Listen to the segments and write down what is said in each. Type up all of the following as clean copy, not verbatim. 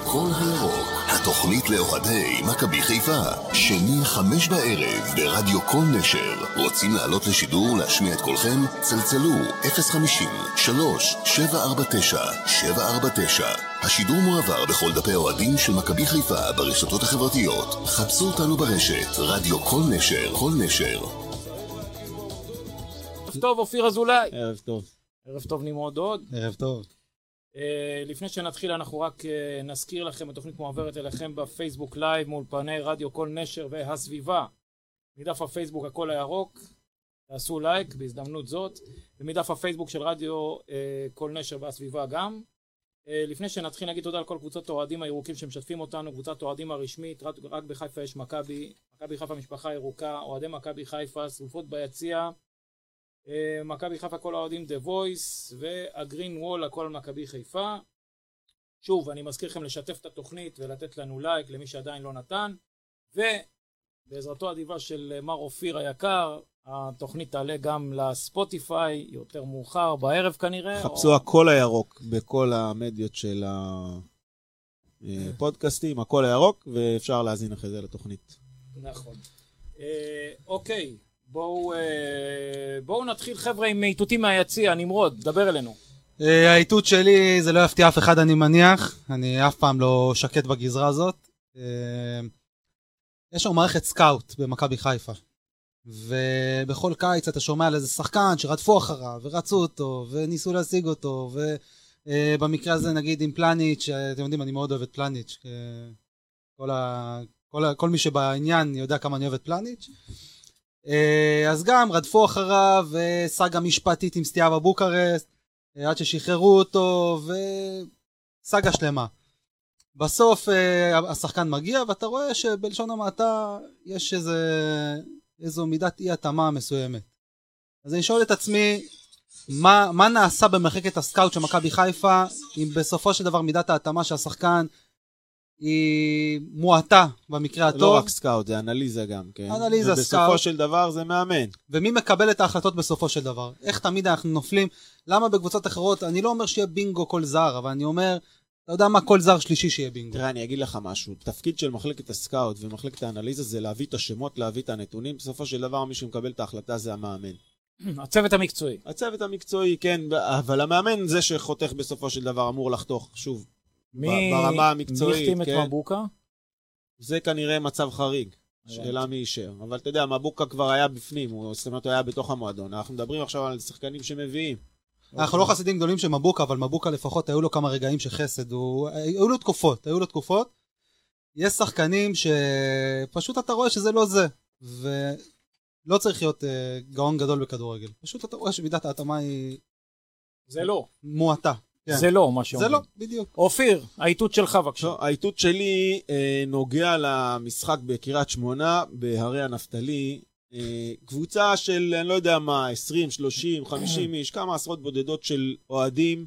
הכל הירוק, התוכנית לאוהדי מכבי חיפה, שני 5 בערב ברדיו כל נשר. רוצים לעלות לשידור, להשמיע את קולכם? צלצלו 050-3749-749. השידור מועבר בכל דפי האוהדים של מכבי חיפה ברשתות החברתיות. חפשו אותנו ברשת, רדיו כל נשר, כל נשר. ערב טוב, אופיר אזולאי. ערב טוב. ערב טוב, נמרוד עוד. ערב טוב. לפני שנתחיל אנחנו רק נזכיר לכם, התוכנית מועברת אליכם בפייסבוק לייב מול פני רדיו כל נשר והסביבה. מדף הפייסבוק הכל הירוק, תעשו לייק בהזדמנות זאת, ומדף הפייסבוק של רדיו כל נשר והסביבה גם. לפני שנתחיל נגיד תודה לכל קבוצות אוהדים הירוקים שמשתפים אותנו, קבוצת אוהדים הרשמית, רק בחיפה יש מכבי חיפה משפחה ירוקה, אוהדי מכבי חיפה, שרופות ביציע, מכבי חיפה כל האוהדים The Voice והגרין וול הכל על מכבי חיפה. שוב אני מזכיר לכם לשתף את התוכנית ולתת לנו לייק למי שעדיין לא נתן, ובעזרתו הדיבה של מר אופיר היקר התוכנית תעלה גם לספוטיפיי יותר מאוחר בערב כנראה. חפשו הכל הירוק בכל המדיות של הפודקאסטים, הכל הירוק, ואפשר להזין אחרי זה לתוכנית. נכון. אוקיי, בואו נתחיל חבר'ה עם איתותים מהיציע. נמרוד, דבר אלינו. האיתות שלי זה לא יפתיע אף אחד אני מניח, אני אף פעם לא שקט בגזרה הזאת. יש לנו מערכת סקאוט במכבי חיפה, ובכל קיץ אתה שומע על איזה שחקן שרדפו אחריו ורצו אותו וניסו להשיג אותו, ובמקרה הזה נגיד עם פלניץ', אתם יודעים אני מאוד אוהב את פלניץ', כל מי שבעניין יודע כמה אני אוהב את פלניץ'. אז גם רדפו אחריו וסגה משפטית עם סטייה בבוקרסט עד ששחררו אותו וסגה שלמה. בסוף השחקן מגיע ואתה רואה שבלשון המעטה יש איזו מידת אי התאמה מסוימת. אז אני שואל את עצמי מה נעשה במחלקת הסקאוט של מכבי חיפה אם בסופו של דבר מידת ההתאמה של השחקן היא מועטה במקרה הטוב. לא רק סקאוט, זה אנליזה גם, כן? אנליזה, סקאוט. ובסופו של דבר זה מאמן. ומי מקבל את ההחלטות בסופו של דבר? איך תמיד אנחנו נופלים? למה בקבוצות אחרות, אני לא אומר שיהיה בינגו כל זר, אבל אני אומר, אתה יודע מה, כל זר שלישי שיהיה בינגו. תראה, אני אגיד לך משהו. תפקיד של מחלקת הסקאוט ומחלקת האנליזה זה להביא את השמות, להביא את הנתונים. בסופו של דבר מי שמקבל את ההחלטה זה המאמן. הצוות המקצועי. הצוות המקצועי, כן, אבל המאמן זה שחותך בסופו של דבר אמור לחתוך, שוב. ברמה המקצועית, מי החתים את מבוקה? זה כנראה מצב חריג, שאלה מי אישר. אבל אתה יודע, מבוקה כבר היה בפנים, זאת אומרת, הוא היה בתוך המועדון. אנחנו מדברים עכשיו על שחקנים שמביאים. אנחנו לא חסידים גדולים של מבוקה, אבל מבוקה לפחות היו לו כמה רגעים שחסד, היו לו תקופות. יש שחקנים שפשוט אתה רואה שזה לא זה, ולא צריך להיות גאון גדול בכדורגל. פשוט אתה רואה שמידת ההתאמה היא... זה לא. מועטה. זה לא מה שאומרים. זה לא, בדיוק. אופיר, האיתות שלך בבקשה. האיתות שלי נוגע למשחק בקריית שמונה, בהרי הנפתלי, קבוצה של, אני לא יודע מה, 20, 30, 50 איש, כמה עשרות בודדות של אוהדים,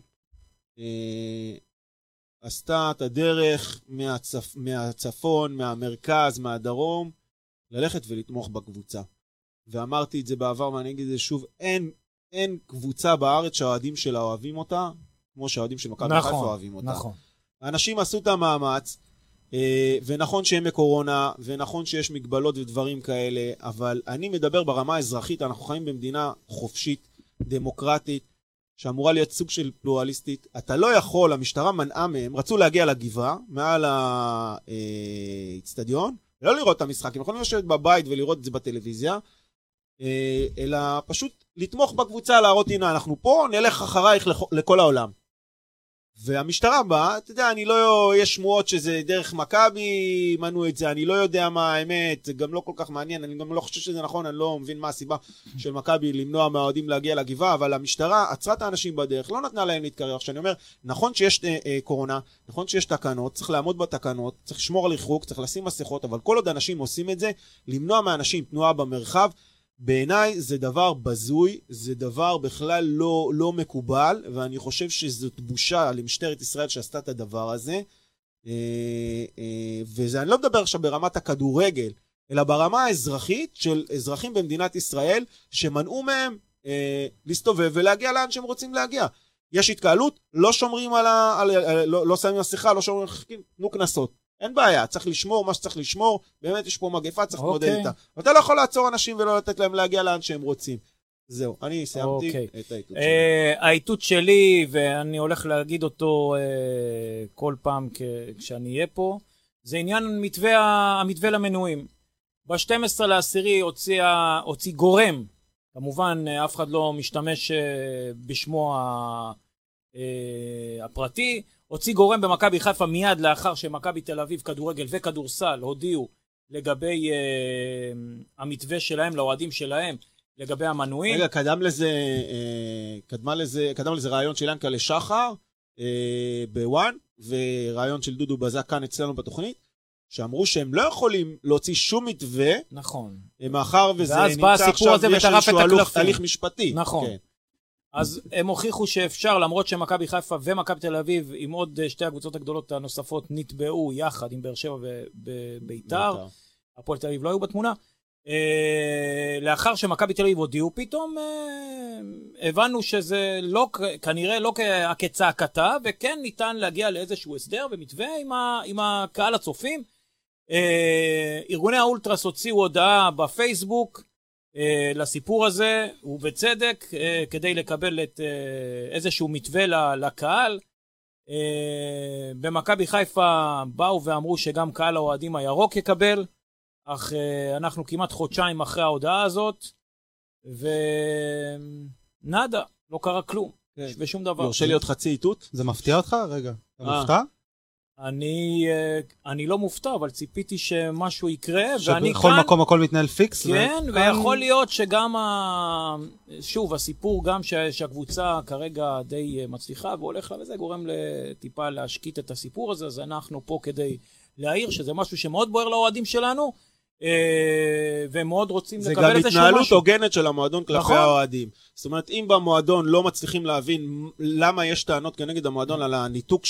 עשתה את הדרך מהצפון, מהמרכז, מהדרום, ללכת ולתמוך בקבוצה. ואמרתי את זה בעבר, ואני אגיד את זה שוב, אין קבוצה בארץ שהאוהדים שלה אוהבים אותה, כמו שהאוהדים של מכבי חיפה אוהבים אותה. נכון. האנשים עשו את המאמץ, ונכון שהם בקורונה, ונכון שיש מגבלות ודברים כאלה, אבל אני מדבר ברמה האזרחית, אנחנו חיים במדינה חופשית, דמוקרטית, שאמורה להיות סוג של פלורליסטית. אתה לא יכול, המשטרה מנעה מהם, רצו להגיע לגבעה, מעל האצטדיון, ולא לראות את המשחק, הם יכולים לשבת בבית ולראות את זה בטלוויזיה, אלא פשוט לתמוך בקבוצה, להראות, הנה, אנחנו פה, נלך אחרייך לכל העולם. והמשטרה באה, אתה יודע, יש שמועות שזה דרך מכבי, מנו את זה, אני לא יודע מה האמת, זה גם לא כל כך מעניין, אני גם לא חושב שזה נכון, אני לא מבין מה הסיבה של מכבי למנוע מהאוהדים להגיע לגבעה, אבל המשטרה עצרה את האנשים בדרך, לא נתנה להם להתקרר. עכשיו אני אומר, נכון שיש קורונה, נכון שיש תקנות, צריך לעמוד בתקנות, צריך לשמור על ריחוק, צריך לשים מסכות, אבל כל עוד אנשים עושים את זה, למנוע מאנשים תנועה במרחב, בעיניי זה דבר בזוי, זה דבר בכלל לא מקובל, ואני חושב שזאת בושה למשטרת ישראל שעשתה את הדבר הזה, וזה אני לא מדבר עכשיו ברמת הכדורגל, אלא ברמה האזרחית של אזרחים במדינת ישראל, שמנעו מהם להסתובב ולהגיע לאן שהם רוצים להגיע. יש התקהלות, לא שומרים לא שמים מסכה, לא שומרים חכים, תנו כנסות. אין בעיה, צריך לשמור מה שצריך לשמור, באמת יש פה מגפה, צריך להתמודד איתה. ואתה לא יכול לעצור אנשים ולא לתת להם להגיע לאן שהם רוצים. זהו, אני סיימתי את האיתות שלי. האיתות שלי, ואני הולך להגיד אותו כל פעם כשאני אהיה פה, זה עניין המתווה למנויים. ב-12/10 הוציא גורם, כמובן אף אחד לא משתמש בשמו הפרטי, הוציא גורם במכבי חיפה מיד לאחר שמכבי תל אביב כדורגל וכדורסל הודיעו לגבי המתווה שלהם, לאוהדים שלהם, לגבי המנויים. רגע, קדם לזה רעיון של ינקלה שחר בוואן, ורעיון של דודו בזק כאן אצלנו בתוכנית, שאמרו שהם לא יכולים להוציא שום מתווה, נכון. מאחר וזה נמצא עכשיו, יש איזשהו הליך משפטי. נכון. כן. אז הם הוכיחו שאפשר, למרות שמכבי חיפה ומכבי תל אביב, עם עוד שתי הקבוצות הגדולות הנוספות, נתבעו יחד עם באר שבע וביתר, הפועל תל אביב לא היו בתמונה, לאחר שמכבי תל אביב הודיעו, פתאום הבנו שזה לא, כנראה לא כצעקתה, וכן ניתן להגיע לאיזשהו הסדר ומתווה עם הקהל הצופים. ארגוני האולטרס הוציאו הודעה בפייסבוק לסיפור הזה, ובצדק, כדי לקבל איזשהו מתווה לקהל. במכבי חיפה באו ואמרו שגם קהל האוהדים הירוק יקבל, אך אנחנו כמעט חודשיים אחרי ההודעה הזאת, ונדה, לא קרה כלום, ושום דבר. יורשה להיות חצי איתות? זה מפתיע אותך? רגע, אתה מופתע? אני לא מופתע, אבל ציפיתי שמשהו יקרה, ואני בכל מקום הכל מתנהל פיקס? כן, ויכול להיות שגם, שוב, הסיפור גם שהקבוצה כרגע די מצליחה, והולך לה וזה גורם טיפה להשקיט את הסיפור הזה, אז אנחנו פה כדי להעיר שזה משהו שמאוד בוער לאוהדים שלנו, והם מאוד רוצים לקבל איזשהו משהו. זה גם התנהלות הוגנת של המועדון כלפי האוהדים. זאת אומרת, אם במועדון לא מצליחים להבין למה יש טענות כנגד המועדון על הניתוק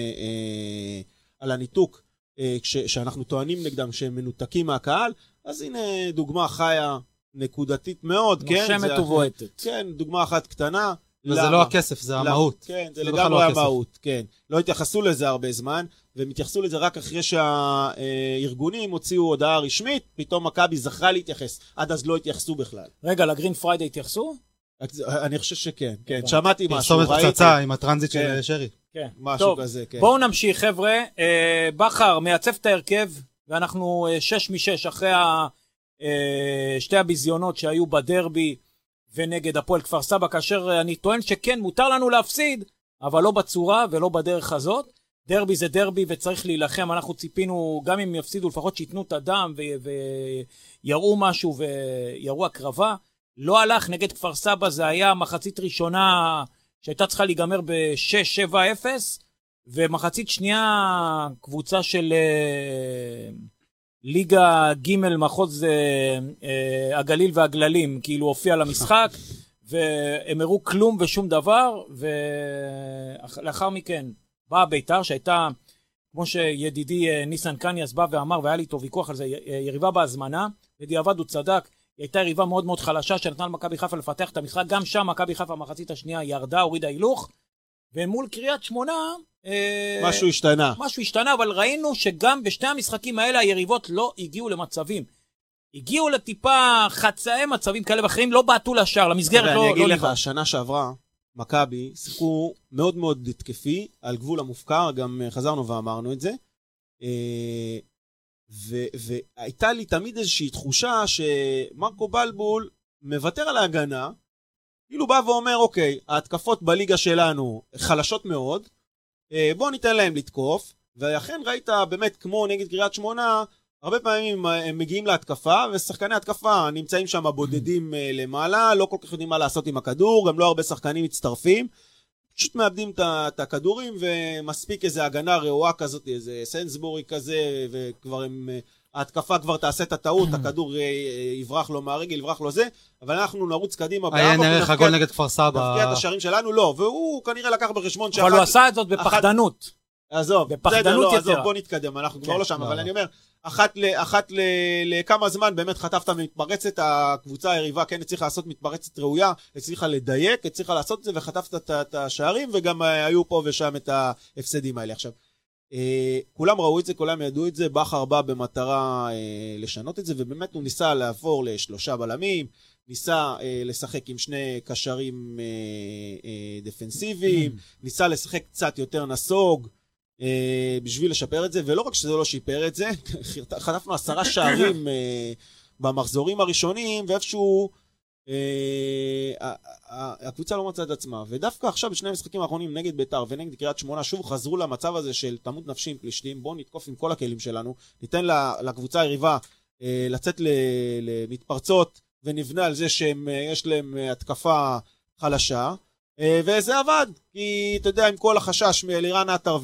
שאנחנו טוענים נגדם שהם מנותקים מהקהל, אז הנה דוגמה חיה נקודתית מאוד. נושמת ובועטת. כן, דוגמה אחת קטנה. וזה לא הכסף, זה המהות. כן, זה לגמרי המהות, כן. לא התייחסו לזה הרבה זמן, והם התייחסו לזה רק אחרי שהארגונים הוציאו הודעה רשמית, פתאום מכבי זכרה להתייחס, עד אז לא התייחסו בכלל. רגע, לגרין פריידי התייחסו? אני חושב שכן, כן, שמעתי משהו. פרסומת פצצה עם הטרנזיט של שרי. כן, משהו כזה, כן. בואו נמשיך, חבר'ה. בכר מייצב את ההרכב, ואנחנו 6-6 אחרי שתי הביזיונות שהיו בדרבי, ונגד הפועל כפר סבא, כאשר אני טוען שכן, מותר לנו להפסיד, אבל לא בצורה ולא בדרך הזאת. דרבי זה דרבי וצריך להילחם, אנחנו ציפינו, גם אם יפסידו, לפחות שיתנו את הדם ויראו משהו ויראו הקרבה. לא הלך נגד כפר סבא, זה היה מחצית ראשונה שהייתה צריכה להיגמר ב-6-7-0, ומחצית שנייה קבוצה של ליגה ג' מחוז הגליל והגללים, כאילו הופיע למשחק, והם הראו כלום ושום דבר, ולאחר מכן באה ביתר, שהייתה, כמו שידידי ניסן קניאס בא ואמר, והיה לי איתו ויכוח על זה, יריבה בהזמנה, בדיעבד הוא צדק, היא הייתה יריבה מאוד מאוד חלשה, שנתנה למכבי חיפה לפתח את המשחק, גם שם מכבי חיפה המחצית השנייה ירדה, הורידה הילוך, ומול קריית שמונה, משהו השתנה. משהו השתנה, אבל ראינו שגם בשתי המשחקים האלה היריבות לא הגיעו למצבים. הגיעו לטיפה חצאי מצבים כאלה ואחרים, לא בעטו לשער, למסגרת לא... אני אגיד לך, השנה שעברה, מכבי שיחקו מאוד מאוד התקפי, על גבול המופקר, גם חזרנו ואמרנו את זה, והייתה לי תמיד איזושהי תחושה שמרקו בלבול מוותר על ההגנה, כאילו בא ואומר, אוקיי, ההתקפות בליגה שלנו חלשות מאוד, בואו ניתן להם לתקוף, ואכן ראית באמת כמו נגד קריית שמונה, הרבה פעמים הם מגיעים להתקפה, ושחקני התקפה נמצאים שם בודדים למעלה, לא כל כך יודעים מה לעשות עם הכדור, גם לא הרבה שחקנים מצטרפים, פשוט מאבדים את הכדורים, ומספיק איזו הגנה רעועה כזאת, איזה סנסבורי כזה, וכבר הם... ההתקפה כבר תעשה את הטעות, הכדור יברח לו מהרגל, יברח לו זה, אבל אנחנו נרוץ קדימה. היה נערך הגול נגד כפר סבא. נפקיע את השערים שלנו, לא, והוא כנראה לקח בחשבון אבל הוא עשה את זאת בפחדנות. עזוב, בפחדנות עזוב, יתרה. בוא נתקדם, אנחנו כבר לא שם, לא, אבל לא. אני אומר, אחת לכמה זמן באמת חטפת מתפרצת, הקבוצה היריבה כן הצליחה לעשות מתפרצת ראויה, הצליחה לדייק, הצליחה לעשות את זה, וחטפת את השערים, וגם היו פה ושם את ההפסדים האלה. עכשיו, כולם ראו את זה, כולם ידעו את זה, בכר בא במטרה לשנות את זה, ובאמת הוא ניסה לעבור ל3 בלמים, ניסה לשחק עם 2 קשרים דפנסיביים, ניסה לשחק קצת יותר נסוג, בשביל לשפר את זה, ולא רק שזה לא שיפר את זה, חטפנו 10 שערים במחזורים הראשונים, ואיפשהו הקבוצה לא מצאה את עצמה, ודווקא עכשיו בשני המשחקים האחרונים נגד ביתר ונגד קריית שמונה, שוב חזרו למצב הזה של תמות נפשי עם פלישתים, בואו נתקוף עם כל הכלים שלנו, ניתן לקבוצה היריבה לצאת למתפרצות, ונבנה על זה שיש להם התקפה חלשה, וזה עבד, כי אתה יודע, עם כל החשש מאלירן עטר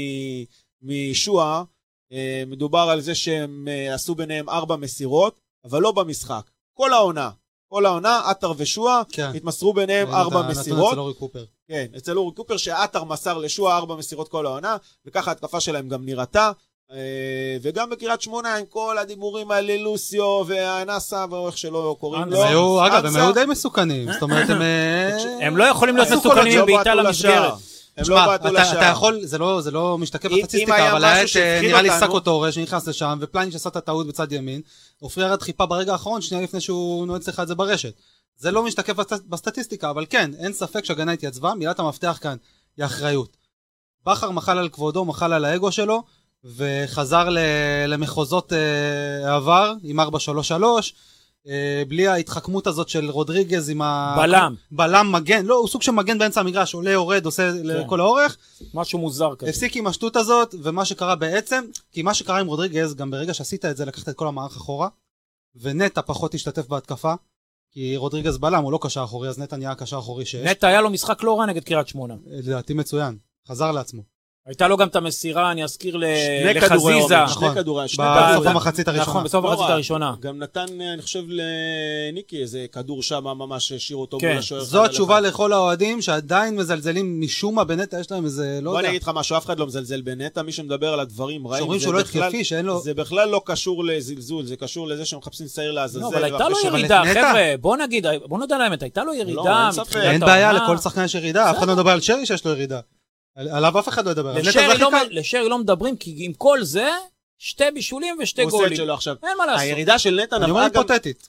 ומשועה, מדובר על זה שהם עשו ביניהם 4 מסירות, אבל לא במשחק. כל העונה, עטר ושועה, התמסרו ביניהם 4 מסירות. אצל אורי קופר. כן, אצל אורי קופר, שעטר מסר לשועה 4 מסירות כל העונה, וככה התקפה שלהם גם נראתה, וגם בקריית שמונה עם כל הדיבורים האלה לוסיו והנסה ואיך שלא קוראים לו. אגב, הם היו די מסוכנים, זאת אומרת הם לא יכולים להיות מסוכנים עם בעיטה למסגרת. תשמע, אתה יכול, זה לא משתקף בסטטיסטיקה, אבל היה נראה לי סקו טורש שנכנס לשם, ופליינש עשה את הטעות בצד ימין, עופרי ארד חיפה ברגע האחרון, שנייה לפני שהוא נועץ לך את זה ברשת. זה לא משתקף בסטטיסטיקה, אבל כן, אין ספק שהגנה התייצבה, מילת המפתח כאן היא אחריות. בכר מחל על כבודו, מחל על האגו שלו, וחזר למחוזות העבר עם 4-3-3, בלי ההתחכמות הזאת של רודריגז עם בלם מגן, לא, הוא סוג של מגן באמצע המגרש, עולה, יורד, עושה לכל האורך. משהו מוזר כזה. הפסיק עם השטות הזאת, ומה שקרה בעצם, כי מה שקרה עם רודריגז, גם ברגע שעשית את זה, לקחת את כל המערך אחורה, ונטה פחות השתתף בהתקפה, כי רודריגז בלם, הוא לא קשר אחורי, אז נטה נהיה קשר אחורי שיש. נטה היה לו משחק לא רע נגד קריית שמונה. לדעתי מצוין, חזר לעצמו. הייתה לו גם את המסירה, אני אזכיר לחזיזה. בסוף המחצית הראשונה. נכון, בסוף המחצית הראשונה. גם נתן, אני חושב, לניקי איזה כדור שם ממש השאיר אותו מול השוער. זו התשובה לכל האוהדים שעדיין מזלזלים משום מה בנטה, יש להם איזה, לא יודע. בוא אני אגיד לך משהו, אף אחד לא מזלזל בנטה, מי שמדבר על הדברים רעים, שאומרים שהוא לא התקפי, שאין לו... זה בכלל לא קשור לזלזול, זה קשור לזה שהם מחפשים שעיר לעזאזל. לא, אבל הייתה לו ירידה, חבר'ה, בוא נדע להם, הייתה לו ירידה. אין בעיה, לכל שחקן יש ירידה, אף אחד לא מדבר על שרי שיש לו ירידה. עליו אף אחד לא ידבר. לשרי לא מדברים, כי עם כל זה, 2 בישולים ו2 גולים. אין מה לעשות. הירידה של נטע אני אומר היפותטית.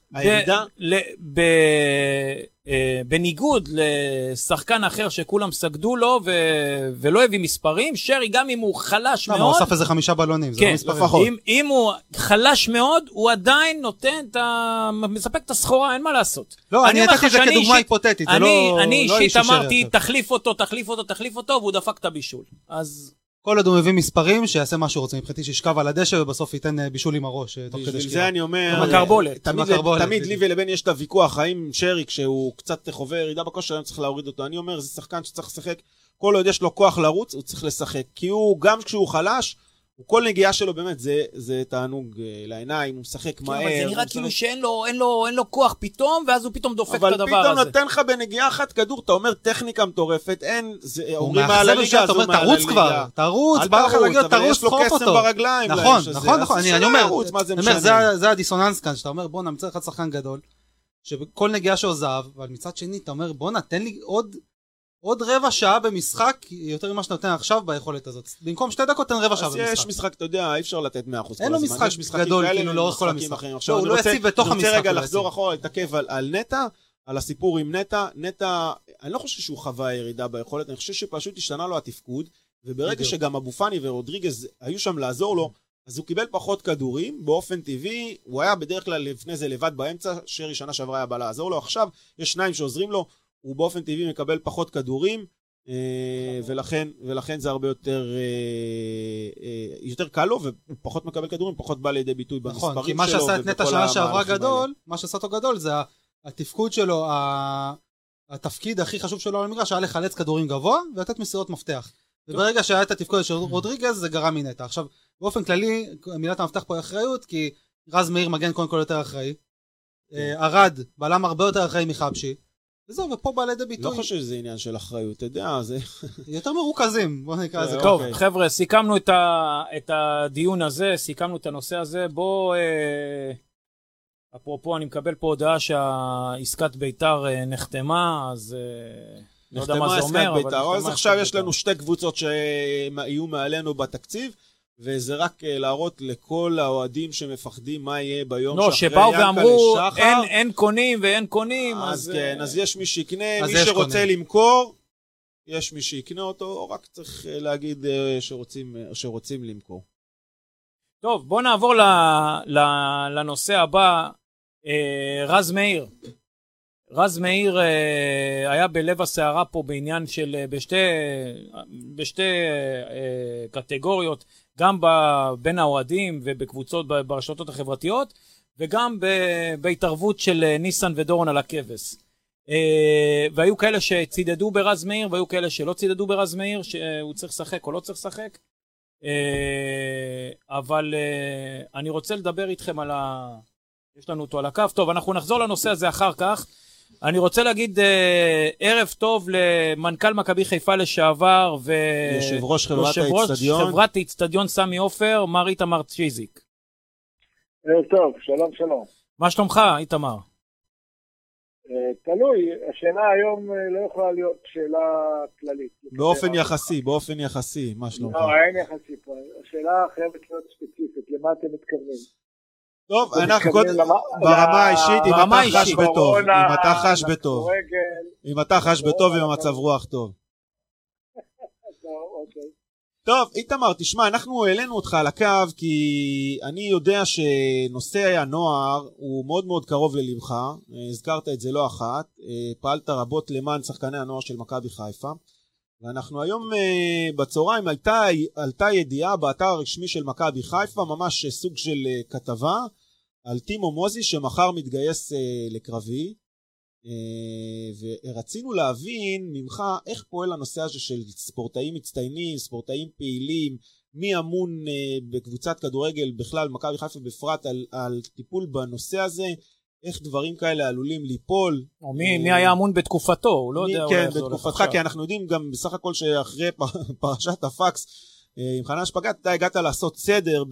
בניגוד לשחקן אחר שכולם סגדו לו ולא הביא מספרים, שרי גם אם הוא חלש מאוד... הוא אוסף איזה 5 בלונים, זה לא מספרים. אם הוא חלש מאוד, הוא עדיין נותן מספק את הסחורה, אין מה לעשות. לא, אני נתתי את זה כדוגמה היפותטית, זה לא... אני אישית אמרתי, תחליף אותו, והוא דפק את הבישול. אז... כל עוד הוא מביא מספרים, שיעשה מה שהוא רוצה, מבחינתי שישכב על הדשא ובסוף ייתן בישול עם הראש. בשביל זה אני אומר, תמיד לי ולבן יש את הוויכוח, האם שרי כשהוא קצת חווה ירידה בכושר, צריך להוריד אותו. אני אומר, זה שחקן שצריך לשחק, כל עוד יש לו כוח לרוץ, הוא צריך לשחק. כי הוא, גם כשהוא חלש, כל נגיעה שלו באמת, זה תענוג לעיניים, הוא משחק מהר. אבל זה נראה כאילו שאין לו כוח פתאום, ואז הוא פתאום דופק את הדבר הזה. אבל פתאום נותן לך בנגיעה אחת כדור, אתה אומר טכניקה מטורפת, אין, אומרים מעל הליגה, אז הוא מעל הליגה. תרוץ כבר, תרוץ, בא לך להגיד, תרוץ, דחוף אותו. יש לו קסם ברגליים. נכון, אני אומר, זה הדיסוננס כאן, שאתה אומר, בוא נמצא אחד שחקן גדול, שכל נגיעה שהוא זהב, אבל מצד שני, אתה אומר, בוא נתן לי עוד רבע שעה במשחק, יותר ממה שאתה נותן עכשיו ביכולת הזאת. במקום 2 דקות, תן רבע שעה במשחק. אז יש משחק, אתה יודע, אי אפשר לתת 100%. אין לו משחק גדול, כאילו לאורך כל המשחק. הוא לא יציב בתוך המשחק. אני רוצה רגע לחזור אחורה, להתעכב על נטע, על הסיפור עם נטע. נטע, אני לא חושב שהוא חווה ירידה ביכולת, אני חושב שפשוט השתנה לו התפקוד, וברגע שגם אבו פאני ורודריגז היו שם לעזור לו, אז הוא קיבל פחות כדורים, באופן טבעי, הוא היה בדרך כלל לפני זה לבד באמצע, שרי שנה שעברה היה בא לעזור לו, עכשיו יש 2 שעוזרים לו, הוא באופן טבעי מקבל פחות כדורים, ולכן זה הרבה יותר קל לו, והוא פחות מקבל כדורים, פחות בא לידי ביטוי במספרים שלו. נכון, כי מה שעשה את נטע שנה שעברה גדול, מה שעשה אותו גדול זה התפקוד שלו, התפקיד הכי חשוב שלו על המגרש, היה לחלץ כדורים גבוה, ולתת מסירות מפתח. וברגע שהיה את התפקוד של רודריגז, זה גרם מנטע. עכשיו, באופן כללי, מילת המפתח פה היא אחריות, כי רז מאיר מגן קודם כל יותר אחראי. ארד, בלם הרבה יותר אחראי מחבשי. וזהו, ופה בא לידי ביטוי. לא חושב שזה עניין של אחריות, אתה יודע, זה... יותר מרוכזים, בוא נקרא לזה. טוב, חבר'ה, סיכמנו את הדיון הזה, סיכמנו את הנושא הזה, בוא, אפרופו, אני מקבל פה הודעה שהעסקת ביתר נחתמה, אז לא יודע מה זה אומר. אז עכשיו יש לנו שתי קבוצות שיהיו מעלינו בתקציב, וזה רק להראות לכל האוהדים שמפחדים מה יהיה ביום שאחרי ינקה לשחר. שבאו ואמרו, אין קונים ואין קונים. אז כן, אז יש מי שיקנה, מי שרוצה למכור, יש מי שיקנה אותו, או רק צריך להגיד שרוצים למכור. טוב, בוא נעבור לנושא הבא. רז מאיר. רז מאיר היה בלב הסערה פה בעניין של, בשתי קטגוריות, גם בין האוהדים ובקבוצות ברשתות החברתיות, וגם בהתערבות של ניסן ודורון על הכבש. והיו כאלה שצידדו ברז מאיר, והיו כאלה שלא צידדו ברז מאיר, שהוא צריך לשחק או לא צריך לשחק. אבל אני רוצה לדבר איתכם יש לנו אותו על הקו. טוב, אנחנו נחזור לנושא הזה אחר כך. אני רוצה להגיד ערב טוב למנכ"ל מכבי חיפה לשעבר יושב ראש חברת האצטדיון סמי עופר, מר איתמר צ'יזיק. ערב טוב, שלום. מה שלומך, איתמר? תלוי, השאלה היום לא יכולה להיות שאלה כללית. באופן יחסי, מה שלומך? לא, אין יחסי פה. השאלה חייבת להיות ספציפית, למה אתם מתכוונים? טוב, אנחנו קודם, ברמה האישית, אם אתה חש בטוב, עם המצב רוח טוב. טוב, איתמר, תשמע, אנחנו העלינו אותך על הקו, כי אני יודע שנושא הנוער הוא מאוד מאוד קרוב ללבך, הזכרת את זה לא אחת, פעלת רבות למען שחקני הנוער של מכבי חיפה, ואנחנו היום בצהריים עלתה ידיעה באתר הרשמי של מכבי חיפה, ממש סוג של כתבה, על טימו מוזי שמחר מתגייס לקרבי, ורצינו להבין ממך איך פועל הנושא הזה של ספורטאים מצטיינים, ספורטאים פעילים, מי אמון בקבוצת כדורגל בכלל, מכבי חיפה בפרט, על טיפול בנושא הזה, איך דברים כאלה עלולים ליפול. או מי היה אמון בתקופתו, הוא לא יודע. כן, בתקופתך, כי אנחנו יודעים גם בסך הכל שאחרי פרשת הפקס, עם חנן שפגאט, אתה הגעת לעשות סדר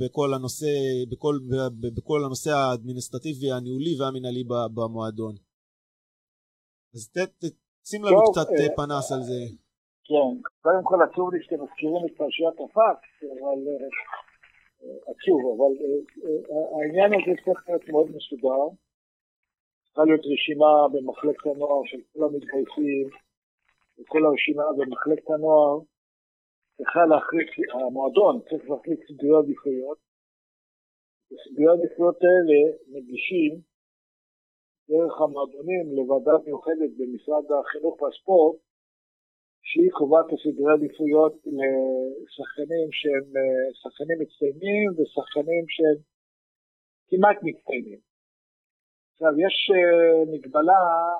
בכל הנושא האדמיניסטרטיבי, הניהולי והמנהלי במועדון. אז שים לנו קצת פנס על זה. כן, קודם כל עצוב לי שאתם מזכירים את פרשיית הפקס, אבל העניין הזה צריך להיות מאוד מסודר. צריכה להיות רשימה במחלקת הנוער של כל המתגייסים, וכל הרשימה במחלקת הנוער צריכה להחליט, המועדון צריך להחליט סדרי עדיפויות. סדרי העדיפויות האלה מגישים דרך המועדונים לוועדה מיוחדת במשרד החינוך והספורט, שהיא קובעת הסדרי עדיפויות לשחקנים שהם שחקנים מצטיינים ושחקנים שהם כמעט מצטיינים. עכשיו יש מגבלה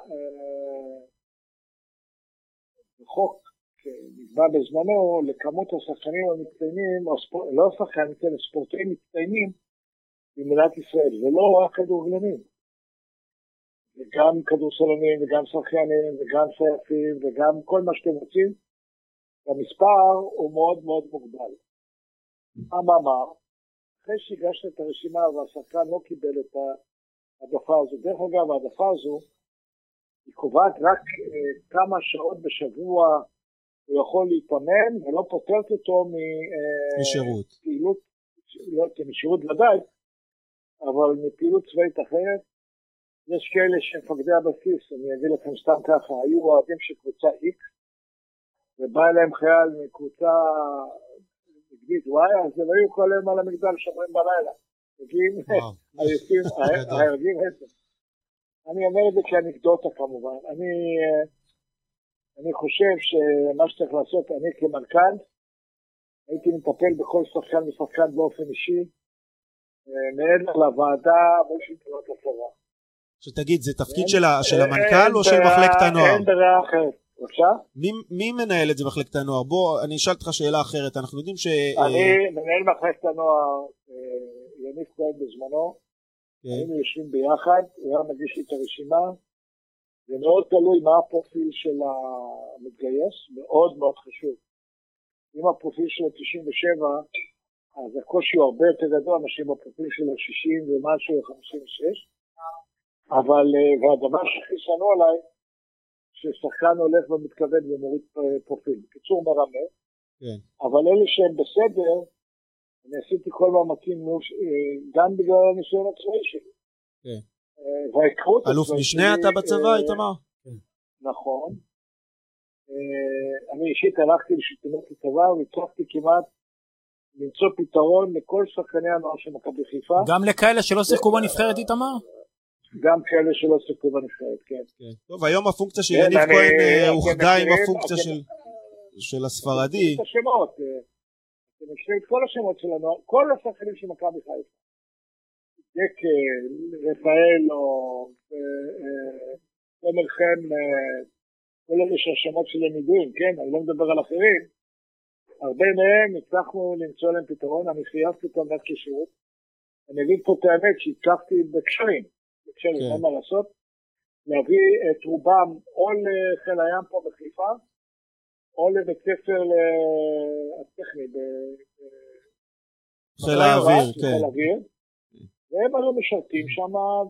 בחוק נקבע בזמנו לכמות השחקנים המצטיינים, לא שחקנים, ספורטאים מצטיינים במדינת ישראל, ולא רק כדורגלנים. וגם כדורסלנים וגם שחיינים וגם סייפים וגם כל מה שאתם רוצים, המספר הוא מאוד מאוד מוגבל. אמר, אחרי שהגשת את הרשימה והשחקן לא קיבל את העדפה הזו, דרך אגב העדפה הזו היא קובעת רק כמה שעות בשבוע הוא יכול להתאמן ולא פותרת אותו משירות. פעילות, לא משירות ודאי, אבל מפעילות צבאית אחרת. יש כאלה שמפקדי הבסיס, אני אגיד לכם סתם ככה, היו אוהדים של קבוצה X, ובא אליהם חייל מקבוצה נגדית Y, אז הם היו כל היום על המגדל שומרים בלילה. מגיעים, הירגים עצם. אני אומר את זה כאנקדוטה כמובן. אני חושב שמה שצריך לעשות, אני כמנכ"ל, הייתי מטפל בכל שחקן ושחקן באופן אישי, מעבר לוועדה מול שלטונות הצבא. שתגיד, זה תפקיד של המנכ"ל או של מחלקת הנוער? אין דרך אחרת. בבקשה? מי מנהל את זה מחלקת הנוער? בוא, אני אשאל אותך שאלה אחרת. אנחנו יודעים אני מנהל מחלקת הנוער, יניב כהן בזמנו, היינו יושבים ביחד, הוא היה מגיש לי את הרשימה, זה מאוד תלוי מה הפרופיל של המתגייס, מאוד מאוד חשוב. אם הפרופיל של 97, אז הקושי הוא הרבה יותר גדול, אנשים בפרופיל של 60 ומשהו, 56. אבל, והדבר שהכי שנו עליי, ששחקן הולך ומתכוון ומוריד פרופיל. קיצור מרמה. כן. אבל אלה שהם בסדר, אני עשיתי כל מאמצים, גם בגלל הניסיון הצבאי שלי. כן. וההיכרות אלוף משנה אתה בצבא, איתמר? נכון. אני אישית הלכתי לשיטונות לצבא, והצלחתי כמעט למצוא פתרון לכל שחקני הנוער של מכבי חיפה. גם לכאלה שלא שיחקו בנבחרת, איתמר? גם כאלה שלא שיחקו בנבחרת, כן. טוב, היום הפונקציה של יניב כהן אוחדה עם הפונקציה של הספרדי. את השמות, אתם מכירים את כל השמות של הנוער, כל השחקנים של מכבי חיפה. דקל, רפאל, תומר חן, כל אלה שהשמות שלהם ידועים, כן, אני לא מדבר על אחרים. הרבה מהם הצלחנו למצוא להם פתרון, אני חייבתי אותם רק כשירות. אני אגיד פה את האמת שהצלחתי בקשרים, אין מה לעשות, להביא את רובם או לחיל הים פה בחיפה, או לבית ספר הטכני חיל האוויר, כן. והם הלא משרתים שם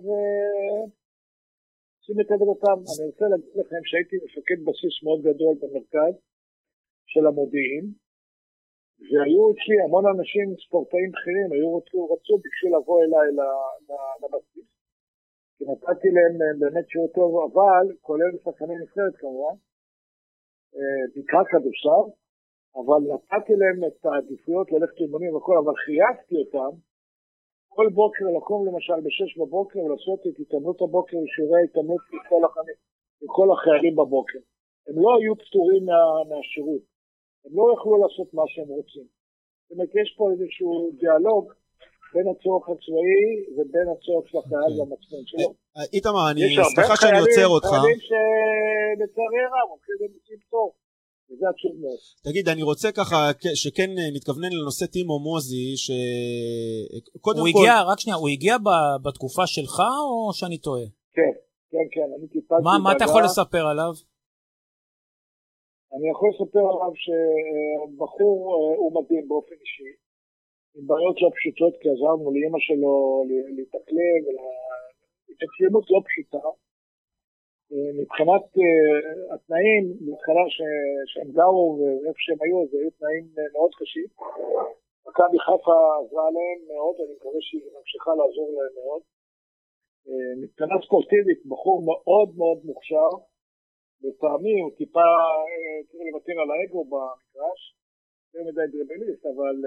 ועושים את עבודתם. אני רוצה להגיד לכם שהייתי מפקד בסיס מאוד גדול במרכז של המודיעין, והיו אצלי המון אנשים ספורטאים בכירים, ביקשו לבוא אליי לבסיס, כי נתתי להם באמת שירות טוב, אבל כולל שחקני נבחרת כמובן, בעיקר כדורסל, אבל נתתי להם את העדיפויות ללכת לאימונים וכל, אבל חייבתי אותם כל בוקר לקום למשל ב-6 בבוקר ולעשות את התאמנות הבוקר ושיעורי התאמנות עם כל החיילים בבוקר. הם לא היו פטורים מהשירות, הם לא יכלו לעשות מה שהם רוצים. זאת אומרת, יש פה איזשהו דיאלוג בין הצורך הצבאי ובין הצורך של החייל והמצפון שלו. איתמר, סליחה שאני עוצר אותך. יש הרבה חיילים שלצערי הרב, הולכים למוצאים טוב. וזה עצוב מאוד. תגיד, אני רוצה ככה, שכן נתכוונן לנושא טימו מוזי, שקודם כל... רק שנייה, הוא הגיע בתקופה שלך או שאני טועה? כן, כן, כן, אני טיפלתי... מה אתה יכול לספר עליו? אני יכול לספר עליו שבחור הוא מדהים באופן אישי, עם בעיות לא פשוטות, כי עזרנו לאמא שלו להתאקלם, התאקלמות לא פשוטה. מבחינת התנאים, בהתחלה שהם גרו ואיפה שהם היו, זה היו תנאים מאוד קשים. מכבי חיפה עזרה להם מאוד, אני מקווה שהיא ממשיכה לעזור להם מאוד. מבחינה ספורטיבית, בחור מאוד מאוד מוכשר, בפעמים הוא טיפה צריך לוותר על האגו במגרש, זה מדי דריבליסט, אבל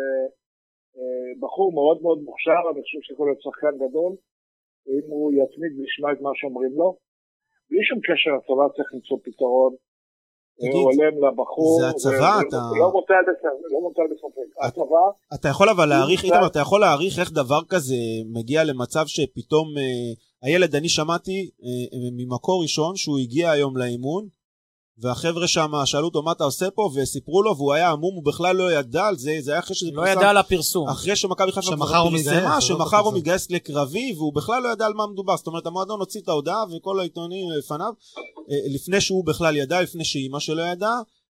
בחור מאוד מאוד מוכשר, אני חושב שיכול להיות שחקן גדול, אם הוא יתמיד וישמע את מה שאומרים לו. בלי שום קשר, הצבא צריך למצוא פתרון הולם לבחור. זה הצבא, אתה... לא מוטל בספק. הצבא... אתה יכול אבל להעריך, איתמר, אתה יכול להעריך איך דבר כזה מגיע למצב שפתאום הילד, אני שמעתי ממקור ראשון שהוא הגיע היום לאימון, והחבר'ה שם שאלו אותו מה אתה עושה פה, וסיפרו לו, והוא היה עמום, הוא בכלל לא ידע על זה, זה היה אחרי שזה לא ידע על הפרסום. אחרי שמכבי חיפה פרסמה, שמחר הוא מתגייס לקרבי, והוא בכלל לא ידע על מה מדובר. זאת אומרת, המועדון הוציא את ההודעה, וכל העיתונים לפניו, לפני שהוא בכלל ידע, לפני שאימא שלו ידע,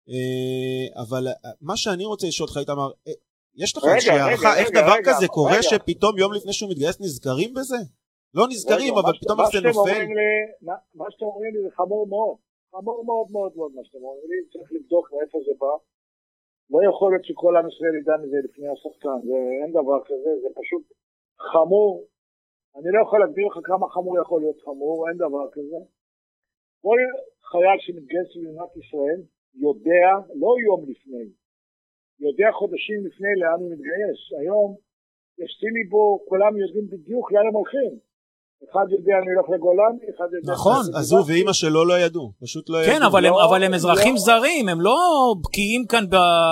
אבל מה שאני רוצה לשאול אותך, איתמר, יש לך איזושהי הערכה, איך דבר כזה קורה שפתאום יום לפני שהוא מתגייס נזכרים בזה? לא נזכרים, אבל פתאום איך זה נופל? מה שאתם אומרים לי זה חמור מאוד. חמור מאוד מאוד מאוד מה שאתם אומרים לי, צריך לבדוק מאיפה זה בא. לא יכול להיות שכל עם ישראל ידע מזה לפני השחקן, אין דבר כזה, זה פשוט חמור. אני לא יכול להגדיר לך כמה חמור יכול להיות חמור, אין דבר כזה. כל חייל שמתגייס למדינת ישראל יודע, לא יום לפני, יודע חודשים לפני לאן הוא מתגייס. היום יש סיליבור, כולם יודעים בדיוק לאן הם הולכים. אחד יודע אני הולך לגולן, אחד יודע... נכון, אז הוא ואמא שלו לא ידעו, פשוט לא ידעו. כן, אבל הם אזרחים זרים, הם לא בקיאים כאן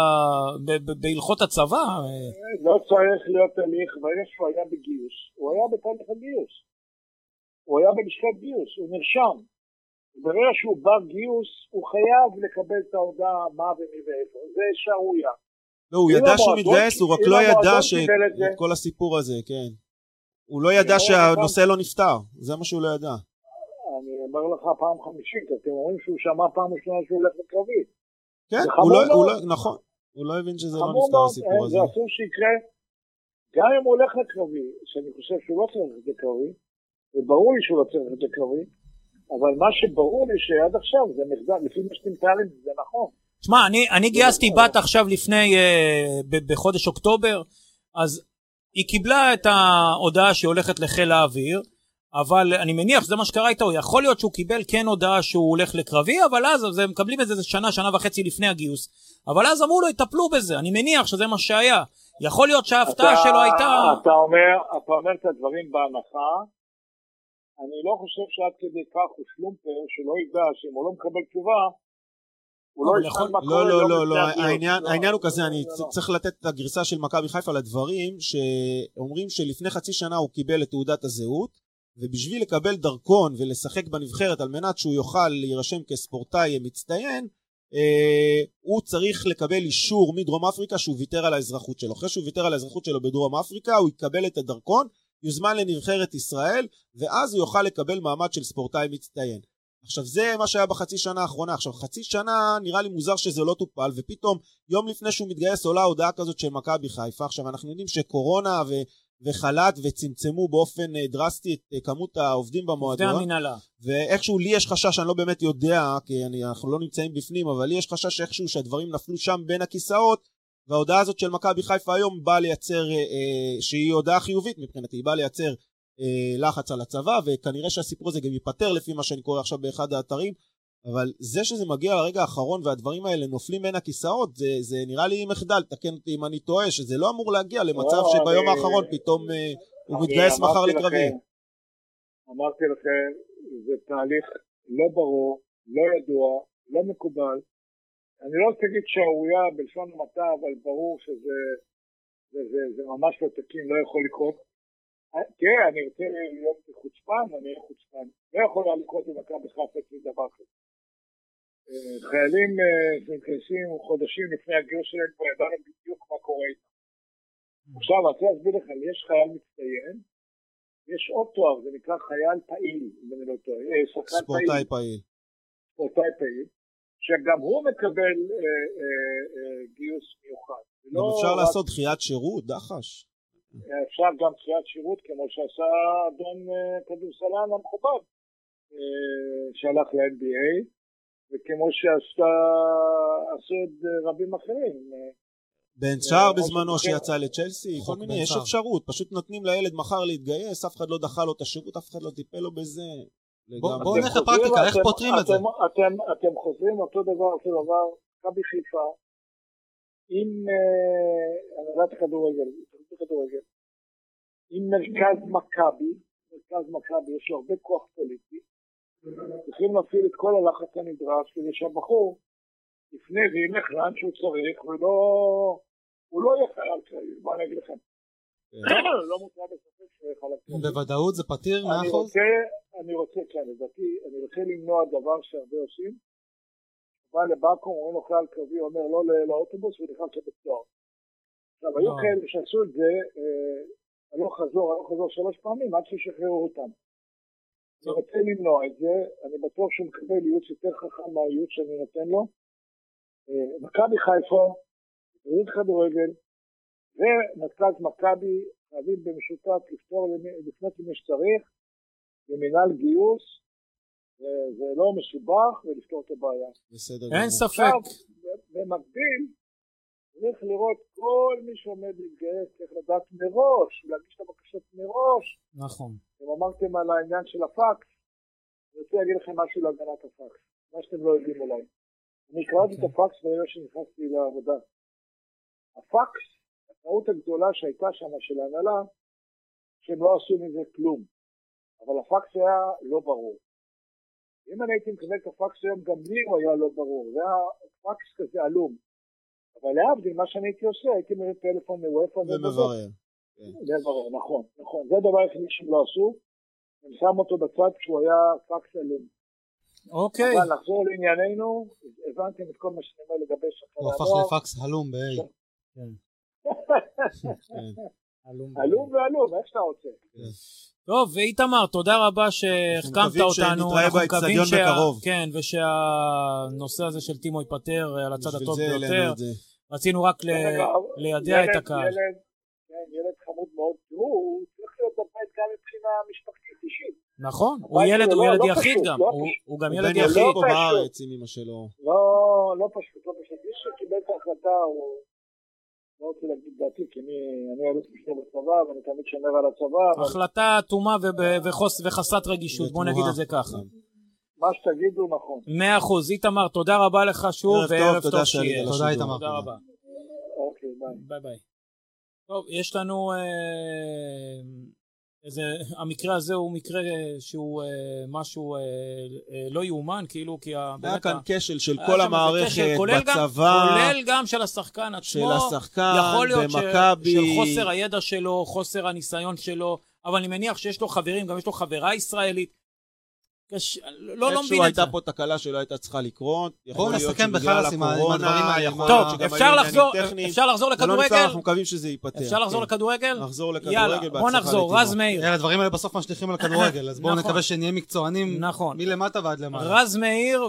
בהלכות הצבא. לא צריך להיות הליך, ברגע שהוא היה בגיוס, הוא היה בתהליך הגיוס. הוא היה בלשכת גיוס, הוא נרשם. ברגע שהוא בא גיוס, הוא חייב לקבל את ההודעה מה ומי ואיפה. זה שערורייה. לא, הוא ידע שהוא מתגייס, הוא רק לא ידע את כל הסיפור הזה, כן. הוא לא ידע שהנושא לא נפטר, זה מה שהוא לא ידע. אומר לך פעם חמישית, אתם אומרים שהוא שמע פעם ראשונה שהוא הולך לקרבי. כן, נכון, הוא לא הבין שזה לא נפתר הסיפור הזה. זה אסור שיקרה, גם אם הוא הולך לקרבי, שאני חושב שהוא לא צריך את הקרבי, וברור לי שהוא לא צריך את הקרבי, אבל מה שברור לי שעד עכשיו זה מחדל, לפי מה שאתם מתארים, זה נכון. תשמע, אני גייסתי בת עכשיו לפני, בחודש אוקטובר, אז היא קיבלה את ההודעה שהיא הולכת לחיל האוויר, אבל אני מניח שזה מה שקרה איתו, יכול להיות שהוא קיבל כן הודעה שהוא הולך לקרבי, אבל אז הם מקבלים את זה שנה וחצי לפני הגיוס, אבל אז אמרו לו, יטפלו בזה, אני מניח שזה מה שהיה, יכול להיות שההפתעה שלו הייתה... אתה אומר את הדברים בהנחה, אני לא חושב שעד כדי כך הוא שלומפר, שלא ידע שאם הוא לא מקבל תשובה, לא, העניין הוא כזה, אני צריך לתת את הגרסה של מכבי חיפה לדברים שאומרים שלפני חצי שנה הוא קיבל את תעודת הזהות, ובשביל לקבל דרכון ולשחק בנבחרת על מנת שהוא יוכל להירשם כספורטאי מצטיין, הוא צריך לקבל אישור מדרום אפריקה שהוא ויתר על האזרחות שלו. אחרי שהוא ויתר על האזרחות שלו בדרום אפריקה, הוא יקבל את הדרכון, יוזמן לנבחרת ישראל, ואז הוא יוכל לקבל מעמד של ספורטאי מצטיין. עכשיו זה מה שהיה בחצי שנה האחרונה. עכשיו חצי שנה נראה לי מוזר שזה לא טופל, ופתאום יום לפני שהוא מתגייס עולה הודעה כזאת של מכבי חיפה. עכשיו אנחנו יודעים שקורונה וחל"ת וצמצמו באופן דרסטי את כמות העובדים במועדון, ואיכשהו לי יש חשש, אני לא באמת יודע כי אנחנו לא נמצאים בפנים, אבל לי יש חשש איכשהו שהדברים נפלו שם בין הכיסאות, וההודעה הזאת של מכבי חיפה היום באה לייצר, שהיא הודעה חיובית מבחינתי, היא באה לייצר לחץ על הצבא, וכנראה שהסיפור הזה גם ייפטר לפי מה שאני קורא עכשיו באחד האתרים, אבל זה שזה מגיע לרגע האחרון והדברים האלה נופלים בין הכיסאות, זה נראה לי מחדל, תקן אותי אם אני טועה, שזה לא אמור להגיע למצב שביום האחרון פתאום הוא מתגייס מחר לקרבי. אמרתי לכם, זה תהליך לא ברור, לא ידוע, לא מקובל. אני לא רוצה להגיד שערויה בלשון המעטה, אבל ברור שזה ממש לא תקין, לא יכול לקרות. תראה, אני רוצה להיות חוצפן, אני אהיה חוצפן. לא יכול לקרות במכבי חיפה אצלי דבר כזה. חיילים שמתגייסים חודשים לפני הגיוס שלהם, כבר ידענו בדיוק מה קורה איתם. עכשיו, אני רוצה להסביר לכם, יש חייל מצטיין, יש עוד תואר, זה נקרא חייל פעיל, ספורטאי פעיל. ספורטאי פעיל, שגם הוא מקבל גיוס מיוחד. גם אפשר לעשות דחיית שירות, דחש. אפשר גם דחיית שירות, כמו שעשה אדון כדורסלן המכובד, שהלך ל-NBA, וכמו שעשו עוד רבים אחרים. בן שער בזמנו שיצא לצ'לסי, כל מיני, יש אפשרות, פשוט נותנים לילד מחר להתגייס, אף אחד לא דחה לו את השירות, אף אחד לא טיפל לו בזה. בואו נלך לפרקטיקה, איך פותרים את זה? אתם חוזרים אותו דבר, מכבי חיפה, עם הנהלת כדורגל, עם מרכז מכבי, יש לו הרבה כוח פוליטי, צריכים להפעיל את כל הלחץ הנדרש כדי שהבחור לפני וילך לאן שהוא צריך, הוא לא יהיה חייל קרבי, מה אני אגיד לכם? לא מותר בספק שהוא יהיה חייל קרבי. בוודאות זה פתיר 100%? אני רוצה למנוע דבר שהרבה עושים, בא לבקום, אומרים לו חייל קרבי, אומר לא לאוטובוס ונכנס לבית סוהר. עכשיו, היו כאלה שעשו את זה, הלוך חזור 3 פעמים עד ששחררו אותם. אני רוצה למנוע את זה, אני בטוח שהוא מקבל ייעוץ יותר חכם מהייעוץ שאני נותן לו. מכבי חיפה, ריד כדורגל, ומרכז מכבי חייבים במשותף לפנות למי שצריך, במנהל גיוס, זה לא מסובך ולפתור את הבעיה. אין ספק. במקביל, צריך לראות כל מי שעומד להתגייס, צריך לדעת מראש, להגיש את הבקשות מראש. נכון. אתם אמרתם על העניין של הפקס, אני רוצה להגיד לכם משהו להגנת הפקס, מה שאתם לא יודעים אולי. אני קראתי את הפקס ברגע שנכנסתי לעבודה. הפקס, הטעות הגדולה שהייתה שם של ההנהלה, שהם לא עשו מזה כלום. אבל הפקס היה לא ברור. אם אני הייתי מקבל את הפקס היום, גם לי הוא היה לא ברור. זה היה פקס כזה עלום. אבל להבדיל, מה שאני הייתי עושה, הייתי מראה טלפון מוואפה ומברר. מברר, נכון. זה הדבר היחידי שהם לא עשו. הם שם אותו בצד כשהוא היה פקס עלום. אוקיי. אבל נחזור לענייננו, הבנתם את כל מה שאני אומר לגבי שחקן הנוער. הוא הפך לפקס הלום, כן. עלום ועלום, איך שאתה רוצה. טוב, ואיתמר, תודה רבה שהחכמת אותנו. שנתראה באצטדיון בקרוב. כן, ושהנושא הזה של טימו ייפטר על הצד הטוב ביותר. רצינו רק לידע את הקהל. ילד חמוד מאוד, הוא צריך להיות בבית גם מבחינה משפחתית אישית. נכון, הוא ילד יחיד גם, הוא גם ילד יחיד. הוא בן יחיד בארץ עם אמא שלו. לא פשוט, מי שקיבל את ההחלטה הוא לא רוצה להגיד דעתי, כי אני אלוף משנה בצבא ואני תמיד שומר על הצבא. החלטה תומה וחסרת רגישות, בוא נגיד את זה ככה. מה שתגידו נכון. 100%, איתמר, תודה רבה לך שוב, וערב טוב שיהיה. תודה איתמר. תודה רבה. אוקיי, ביי. ביי. טוב, יש לנו המקרה הזה הוא מקרה שהוא משהו לא יאומן, כאילו, כי היה כאן כשל של כל המערכת בצבא, כולל גם של השחקן עצמו, יכול להיות של חוסר הידע שלו, חוסר הניסיון שלו, אבל אני מניח שיש לו חברים, גם יש לו חברה ישראלית, לא מבין את זה. הייתה פה תקלה שלא הייתה צריכה לקרות, בואו נסכם בכלל עם הדברים האלה. טוב, אפשר לחזור לכדורגל? אנחנו מקווים שזה ייפטר. אפשר לחזור לכדורגל? נחזור לכדורגל. יאללה, בוא נחזור, רז מאיר. הדברים האלה בסוף משליכים על כדורגל, אז בואו נקווה שנהיה מקצוענים מלמטה ועד למעלה. רז מאיר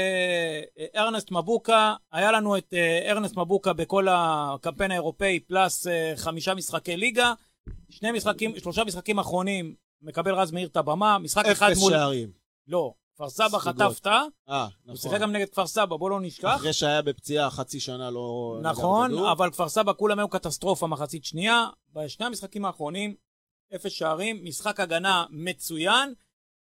וארנסט מבוקה, היה לנו את ארנסט מבוקה בכל הקמפיין האירופאי, פלוס 5 משחקי ליגה, 3 משחקים אחרונים, מקבל רז מאיר את הבמה, משחק אחד מול... 0 שערים. לא, כפר סבא חטפת, נכון. הוא שיחק גם נגד כפר סבא, בוא לא נשכח. אחרי שהיה בפציעה חצי שנה לא... נכון, אבל כפר סבא כולם היו קטסטרופה מחצית שנייה, בשני המשחקים האחרונים, 0 שערים, משחק הגנה מצוין,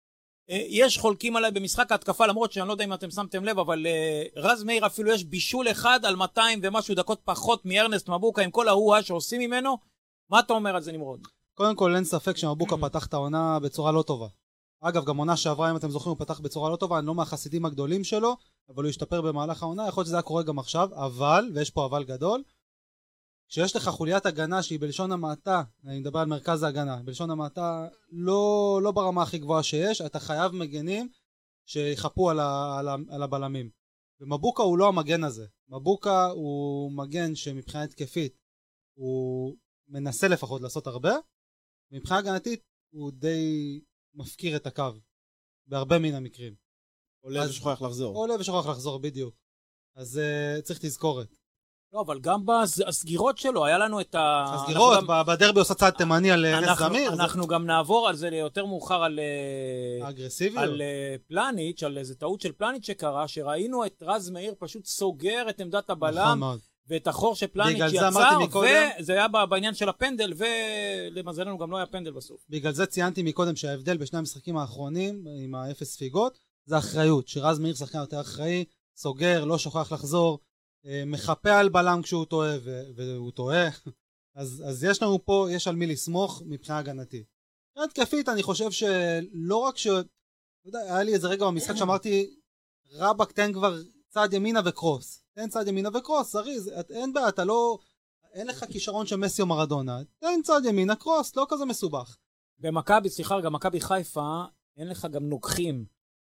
יש חולקים עליי במשחק ההתקפה, למרות שאני לא יודע אם אתם שמתם לב, אבל רז מאיר אפילו יש בישול אחד על 200 ומשהו דקות פחות מארנסט מבוקה, עם כל ההוא שעושים ממנו, מה אתה אומר על זה נמרוד? קודם כל אין ספק שמבוקה פתח את העונה בצורה לא טובה. אגב, גם עונה שעברה, אם אתם זוכרים, הוא פתח בצורה לא טובה, אני לא מהחסידים הגדולים שלו, אבל הוא ישתפר במהלך העונה, יכול להיות שזה היה קורה גם עכשיו, אבל, ויש פה אבל גדול, כשיש לך חוליית הגנה שהיא בלשון המעטה, אני מדבר על מרכז ההגנה, בלשון המעטה לא ברמה הכי גבוהה שיש, אתה חייב מגנים שיחפו על הבלמים. ומבוקה הוא לא המגן הזה, מבוקה הוא מגן שמבחינה התקפית, הוא מנסה לפחות לעשות הרבה, ומבחינה הגנתית הוא די... מפקיר את הקו, בהרבה מן המקרים. עולה ושוכח לחזור, בדיוק. אז צריך תזכורת. לא, אבל גם בסגירות שלו, היה לנו את הסגירות, בדרבי עושה צד תימני על נס זמיר. אנחנו גם נעבור על זה יותר מאוחר על... אגרסיביות. על פלניץ', על איזה טעות של פלניץ' שקרה, שראינו את רז מאיר פשוט סוגר את עמדת הבלם. נכון מאוד. ואת החור שפלניץ' יצר, וזה היה בעניין של הפנדל, ולמזלנו גם לא היה פנדל בסוף. בגלל זה ציינתי מקודם שההבדל בשני המשחקים האחרונים, עם האפס ספיגות, זה אחריות, שרז מאיר שחקן יותר אחראי, סוגר, לא שוכח לחזור, מחפה על בלם כשהוא טועה, והוא טועה, אז יש לנו פה, יש על מי לסמוך מבחינה הגנתית. התקפית, אני חושב שלא רק לא יודע, היה לי איזה רגע במשחק שאמרתי, רבק תן כבר צעד ימינה וקרוס. תן צעד ימינה וקרוס, זריז, אין בעיה, אתה לא... אין לך כישרון של מסי או מרדונה, תן צעד ימינה, קרוס, לא כזה מסובך. במכבי, סליחה, גם מכבי חיפה, אין לך גם נוקחים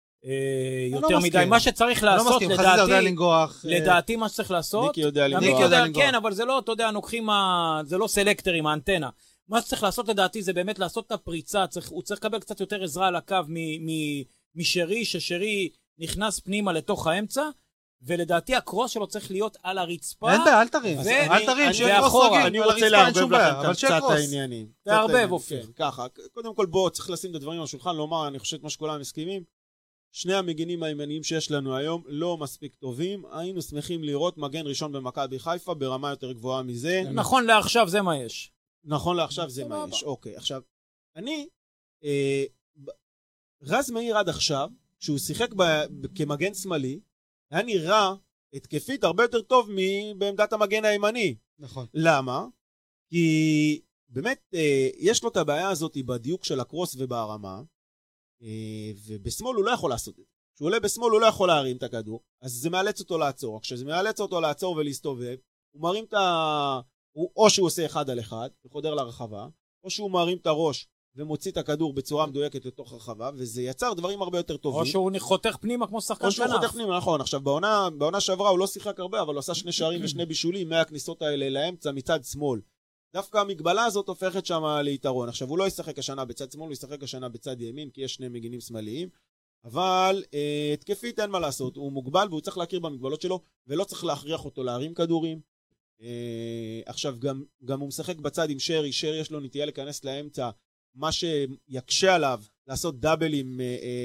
יותר מדי. מה שצריך לעשות, לדעתי מה שצריך לעשות, ניקי יודע לנגוח. כן, אבל זה לא, אתה יודע, נוקחים, זה לא סלקטרים, האנטנה. מה שצריך לעשות לדעתי זה באמת לעשות את הפריצה, הוא צריך לקבל קצת יותר עזרה על הקו משרי, ששרי נכנס פנימה לתוך האמצע, ולדעתי הקרוס שלו צריך להיות על הרצפה. אין בעיה, אל תרים, שיהיה קרוס רגיל. אני רוצה לערבב לכם קצת העניינים. תערבב, אופיר. ככה, קודם כל בוא, צריך לשים את הדברים על השולחן, לומר, אני חושב מה שכולם מסכימים, שני המגינים הימניים שיש לנו היום לא מספיק טובים, היינו שמחים לראות מגן ראשון במכבי חיפה ברמה יותר גבוהה מזה. נכון לעכשיו זה מה יש. נכון לעכשיו זה מה יש, אוקיי. עכשיו, אני, רז מאיר עד עכשיו, כשהוא שיחק כמגן שמאלי, היה נראה התקפית הרבה יותר טוב בעמדת המגן הימני. נכון. למה? כי באמת יש לו את הבעיה הזאת בדיוק של הקרוס ובהרמה, ובשמאל הוא לא יכול לעשות את זה. כשהוא עולה בשמאל הוא לא יכול להרים את הכדור, אז זה מאלץ אותו לעצור. כשזה מאלץ אותו לעצור ולהסתובב, הוא מרים את או שהוא עושה 1 על 1 וחודר לרחבה, או שהוא מרים את הראש ומוציא את הכדור בצורה מדויקת לתוך הרחבה, וזה יצר דברים הרבה יותר טובים. או שהוא חותך פנימה כמו שחקן כנף. או שהוא חותך פנימה, נכון. עכשיו, בעונה שעברה הוא לא שיחק הרבה, אבל הוא עשה 2 שערים ו2 בישולים, 100 הכניסות האלה לאמצע מצד שמאל. דווקא המגבלה הזאת הופכת שם ליתרון. עכשיו, הוא לא ישחק השנה בצד שמאל, הוא ישחק השנה בצד ימין, כי יש שני מגינים שמאליים, אבל התקפית אין מה לעשות, הוא מוגבל והוא צריך להכיר במגבלות שלו, ולא צריך להכריח אותו להרים כדורים. עכשיו, גם הוא משחק בצד עם שרי, שרי יש לו נטייה להיכנס לאמצע, מה שיקשה עליו לעשות דאבלים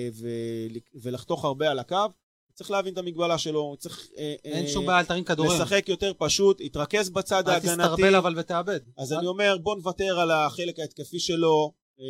ולחתוך הרבה על הקו, צריך להבין את המגבלה שלו, צריך אין שום בעיה לתרים כדורים. לשחק יותר פשוט, יתרכז בצד ההגנתי. אל תסתרבל אבל ותאבד. אז אני אומר, בוא נוותר על החלק ההתקפי שלו,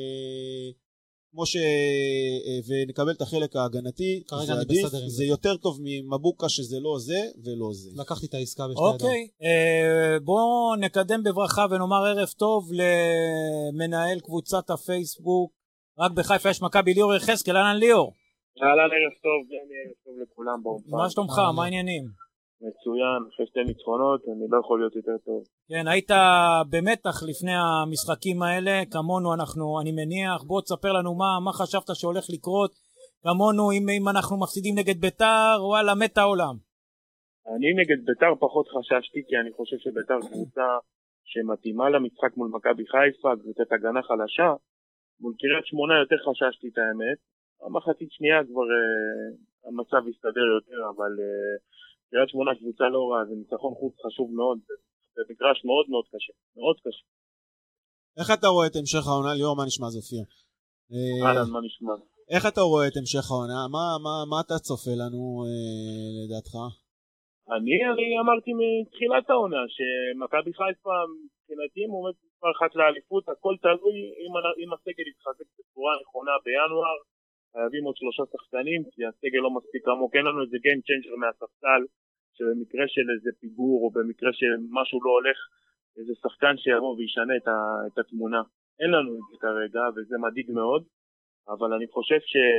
כמו ונקבל את החלק ההגנתי. כרגע אני בסדר עם זה. זה יותר טוב ממבוקה שזה לא זה ולא זה. לקחתי את העסקה בשתי ידיים. אוקיי, בואו נקדם בברכה ונאמר ערב טוב למנהל קבוצת הפייסבוק. רק בחיפה יש מכבי, ליאור יחזקאל. אהלן ליאור. אהלן, ערב טוב, ערב טוב לכולם באופן. מה שלומך? מה העניינים? מצוין, אחרי שתי ניצחונות, אני לא יכול להיות יותר טוב. כן, היית במתח לפני המשחקים האלה, כמונו אני מניח. בוא תספר לנו מה חשבת שהולך לקרות, כמונו אם אנחנו מפסידים נגד ביתר, וואלה, מת העולם. אני נגד ביתר פחות חששתי, כי אני חושב שביתר קבוצה שמתאימה למשחק מול מכבי חיפה, קבוצת הגנה חלשה, מול קריית שמונה יותר חששתי את האמת. המחצית שנייה כבר המצב יסתדר יותר, אבל קריית שמונה קבוצה לא רעה, זה ניצחון חוץ חשוב מאוד, זה מגרש מאוד מאוד קשה, מאוד קשה. איך אתה רואה את המשך העונה? ליאור, מה נשמע זופיר? אהלן, מה נשמע? איך אתה רואה את המשך העונה? מה אתה צופה לנו לדעתך? אני אמרתי מתחילת העונה שמכבי חיפה מבחינתי עומד מספר אחת לאליפות, הכל תלוי אם הסגל יתחזק בצורה נכונה בינואר. חייבים עוד 3 שחקנים, כי הסגל לא מספיק עמוק. אין לנו איזה game changer מהספסל, שבמקרה של איזה פיגור, או במקרה שמשהו לא הולך, איזה שחקן שיבוא וישנה את התמונה. אין לנו את זה כרגע, וזה מדאיג מאוד, אבל אני חושב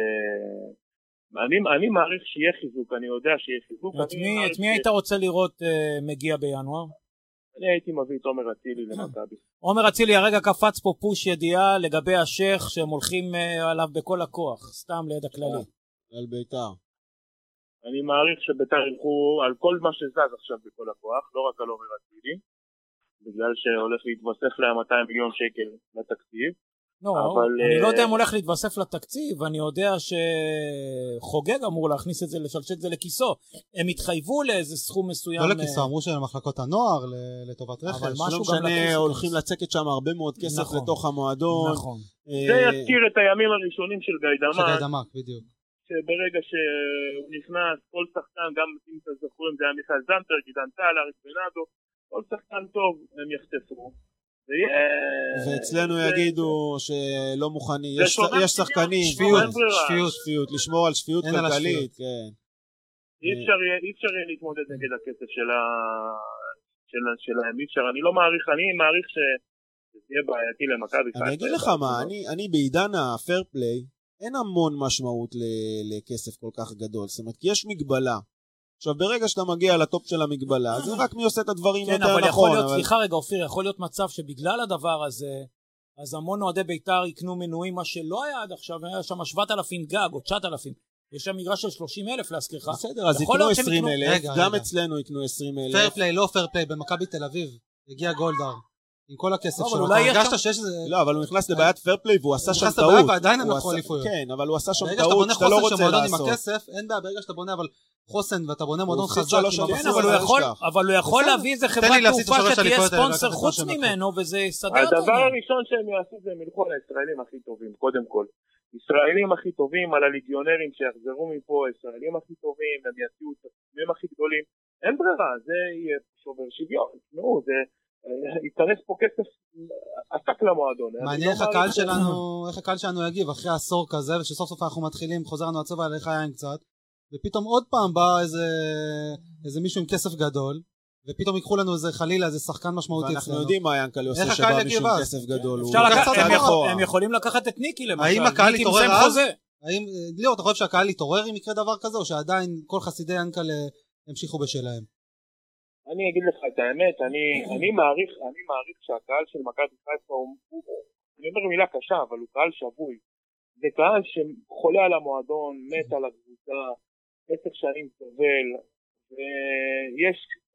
אני מעריך שיהיה חיזוק, אני יודע שיהיה חיזוק. את מי היית רוצה לראות מגיע בינואר? אני הייתי מביא את עומר אצילי למכבי. עומר אצילי, הרגע קפץ פה פוש ידיעה לגבי השייך שהם הולכים עליו בכל הכוח, סתם ליד הכללי. על ביתר. אני מעריך שביתר ילכו על כל מה שזז עכשיו בכל הכוח, לא רק על עומר אצילי, בגלל שהולך להתווסף להם 200 מיליון שקל לתקציב. אני לא יודע אם הולך להתווסף לתקציב, אני יודע שחוגג אמור להכניס את זה, לשלשת את זה לכיסו. הם התחייבו לאיזה סכום מסוים. לא לכיסו, אמרו שלמחלקות הנוער, לטובת רכש. אבל משהו לא משנה, הולכים לצקת שם הרבה מאוד כסף לתוך המועדון. נכון. זה יזכיר את הימים הראשונים של גיידמק. של גיידמק, בדיוק. שברגע שהוא נכנס, כל שחקן, גם אם אתם זוכרים, זה היה מיכאל זנטר, גידן טל, אריק בנאדו, כל שחקן טוב הם יחטפו. ואצלנו יגידו שלא מוכנים, יש שחקנים, שפיות, לשמור על שפיות כלכלית, כן. אי אפשר להתמודד נגד הכסף שלהם, אי אפשר, אני מעריך שזה יהיה בעייתי למכבי חיפה. אני אגיד לך מה, אני בעידן הפייר פליי, אין המון משמעות לכסף כל כך גדול, זאת אומרת, כי יש מגבלה. עכשיו ברגע שאתה מגיע לטופ של המגבלה, זה רק מי עושה את הדברים יותר נכון. כן, אבל יכול להיות, סליחה רגע אופיר, יכול להיות מצב שבגלל הדבר הזה, אז המון אוהדי בית"ר יקנו מנויים, מה שלא היה עד עכשיו, היה שם 7,000 גג או 9,000. יש שם מגרש של 30,000 להזכירך. בסדר, אז יקנו 20,000, גם אצלנו יקנו 20,000. פייר פליי, לא פייר פליי, במכבי תל אביב, הגיע גולדהר. עם כל הכסף שלו, אתה הרגשת שיש איזה... לא, אבל הוא נכנס לבעיית פייר-פליי והוא עשה שם טעות. הוא נכנס לבעיה ועדיין הם לקחו אליפויות. כן, אבל הוא עשה שם ברגע טעות שאתה לא רוצה שאתה בונה לעשות. חוסן של מועדון עם הכסף, אין בעיה, ברגע שאתה בונה אבל חוסן ואתה בונה מועדון חזק. כן, אבל הוא יכול להביא איזה חברת תעופה שתהיה ספונסר חוץ ממנו, וזה יסדר אותו. הדבר הראשון שהם יעשו זה הם ילכו על הישראלים הכי טובים, קודם כל. ישראלים הכי טובים, על הליגיונרים שיחזרו מפה, ישראלים הכי טובים, הם יעשו את הסכומים הכי גדולים. אין ברירה, זה יהיה שובר שוויון. נו, זה יתרס פה כסף עסק למועדון. מעניין איך הקהל שלנו יגיב אחרי עשור כזה, ושסוף סוף אנחנו מתחילים, חוזר לנו הצבא עליך יין קצת, ופתאום עוד פעם בא איזה מישהו עם כסף גדול, ופתאום ייקחו לנו איזה חלילה, איזה שחקן משמעותי אצלנו. ואנחנו יודעים מה ינקל עושה שבא מישהו עם כסף גדול. הם יכולים לקחת את ניקי למשל. האם הקהל יתעורר אז? ליאור, אתה חושב שהקהל יתעורר אם יקרה דבר כזה, או שעדיין כל חסידי ינקל המשיכו בשלהם? אני אגיד לך את האמת, אני מעריך שהקהל של מכבי חיפה אני אומר מילה קשה, אבל הוא קהל שבוי. זה קהל שחולה על המועדון, מת על הקבוצה, 10 שנים סובל, ויש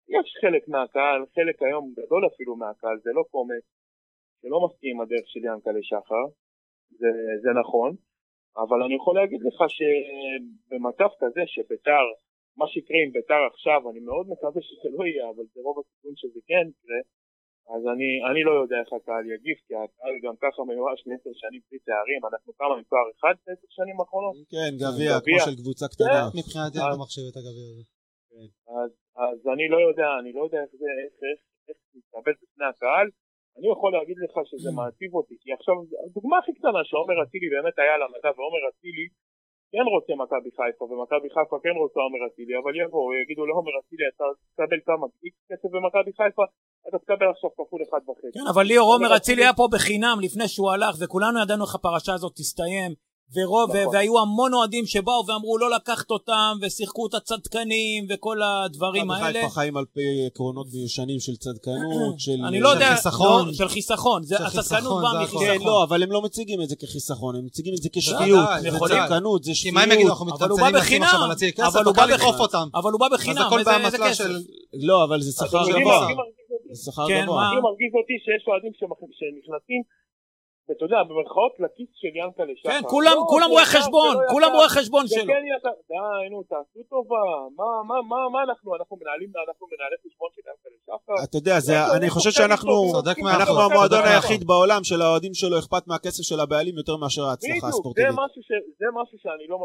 יש חלק מהקהל, חלק היום גדול אפילו מהקהל, זה לא קומץ, שלא מסכים עם הדרך של ינקלה שחר, זה נכון, אבל אני יכול להגיד לך שבמצב כזה שביתר, מה שיקרה עם ביתר עכשיו, אני מאוד מקווה שזה לא יהיה, אבל זה רוב הסיכון שזה כן יקרה, אז אני לא יודע איך הקהל יגיב, כי הקהל גם ככה מיואש ל10 שנים בלי תארים, אנחנו כמה עם תואר אחד ב10 שנים האחרונות. כן, גביע, כמו של קבוצה קטנה. מבחינתי אני לא מחשיב את הגביע הזה. אז אני לא יודע איך זה, איך להתקבל בפני הקהל, אני יכול להגיד לך שזה מעציב אותי, כי עכשיו, הדוגמה הכי קטנה שעומר אצילי באמת היה על המדע, ועומר אצילי כן רוצה מכבי חיפה, ומכבי חיפה כן רוצה עומר אצילי, אבל יבואו, יגידו לעומר אצילי, אתה תקבל כמה כסף במכבי חיפה, אתה תקבל עכשיו כפול 1.5. כן, אבל ליאור, עומר אצילי היה פה בחינם לפני שהוא הלך, וכולנו ידענו איך הפרשה הזאת תסתיים, והיו המון אוהדים שבאו ואמרו לא לקחת אותם, ושיחקו את הצדקנים, וכל הדברים האלה. חיפה חיים על פי עקרונות מיושנים של צדקנות, אני לא יודע, חיסכון. של חיסכון, הצדקנות באה מחיסכון. כן, לא, אבל הם לא מציגים את זה כחיסכון, הם מציגים את זה כשפיות, זה צדקנות, זה שפיות. כי מה הם יגידו, אנחנו מתקצנים לשים עכשיו על הצי כסף, אתה לקרוף אותם. אבל הוא בא בחינם, איזה כסף? לא, אבל זה שכר גבוה. אני מרגיז אותי שיש אוהדים שנכנסים, ואתה יודע, במרכאות לכיס של ינקלה שחר. כן, כולם רואי חשבון, כולם רואי חשבון שלו. די, נו, תעשו טובה. מה אנחנו מנהלים חשבון של ינקלה שחר? אתה יודע, אני חושב שאנחנו המועדון היחיד בעולם של האוהדים שלו אכפת מהכסף של הבעלים יותר מאשר ההצלחה הספורטיבית. זה משהו שאני לא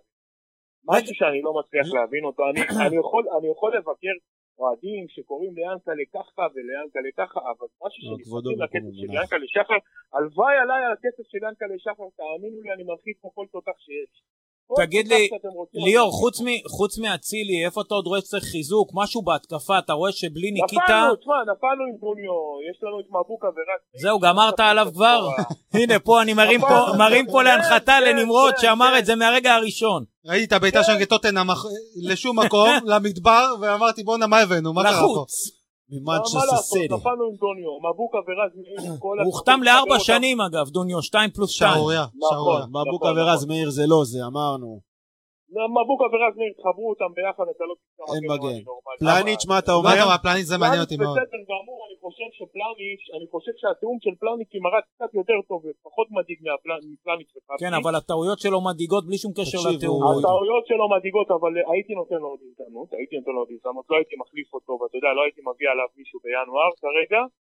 מצליח להבין. אותו. אני יכול לבקר אוהדים שקוראים ליאנקלה ככה וליאנקלה ככה, אבל משהו שנפסים לכסף של ינקלה שחר, הלוואי עליי על הכסף של ינקלה שחר, תאמינו לי, אני מרחיב פה כל תותח שיש. תגיד לי, ליאור, חוץ מאצילי, איפה אתה עוד רואה שצריך חיזוק? משהו בהתקפה, אתה רואה שבלי ניקיטה... נפלנו עם דוניו, יש לנו את מבוקה ורק... זהו, גמרת עליו כבר? הנה, פה אני מרים פה להנחתה לנמרוד שאמר את זה מהרגע הראשון. ראיתי את הביתה של טוטנהאם לשום מקום, למדבר, ואמרתי בואנה מה הבאנו, מה קרה פה? ממנצ'סטר סיטי. נפלנו עם דוניו, מבוקה ורז מאיר. הוא הוחתם ל4 שנים אגב, דוניו, 2+2. שערוריה. מבוקה ורז מאיר זה לא זה, אמרנו. מבוקה ורז מאיר, חברו אותם ביחד, אתה לא תזכר. אין מגן. פלניץ' מה אתה אומר? פלניץ' זה מעניין אותי מאוד. בסדר גמור, אני חושב שהתיאום של פלניץ' מראה קצת יותר טוב ופחות מדאיג מפלניץ' ופלניץ'. כן, אבל הטעויות שלו מדאיגות בלי שום קשר לתיאום. הטעויות שלו מדאיגות, אבל הייתי נותן לו עוד הזדמנות, לא הייתי מחליף אותו, ואתה יודע, לא הייתי מביא עליו מישהו בינואר כרגע.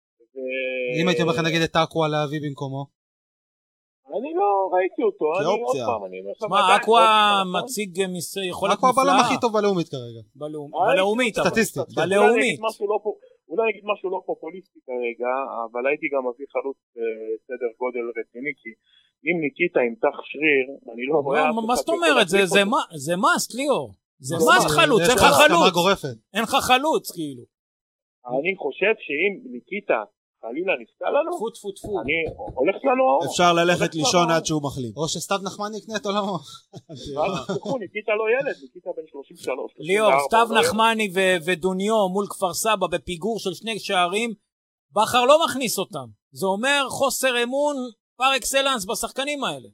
אם הייתי אומר לך נגיד את אקווה להביא במקומו? אני לא ראיתי אותו, זה אופציה. מה, אקווה מציג יכולת אקווה בלם הכי טוב בלאומית כרגע. בלאומית, סטטיסטית. בלאומית. אולי נגיד משהו לא פופוליסטי כרגע, אבל הייתי גם מביא חלוץ בסדר גודל רציני, כי אם ניקיטה ימתח שריר, אני לא רואה... מה זאת אומרת? זה מאסט, ליאור. זה מאסט חלוץ, אין לך חלוץ. אין לך חלוץ, כאילו. אני חושב שאם ניקיטה חלילה נפתה לנו, אני הולך לנו... אפשר ללכת לישון עד שהוא מחלים. או שסתיו נחמני יקנה את עולמו. ניקיטה לא ילד, ניקיטה בן 33. ליאור, סתיו נחמני ודוניו מול כפר סבא בפיגור של 2 שערים, בכר לא מכניס אותם. זה אומר חוסר אמון פר אקסלנס בשחקנים האלה.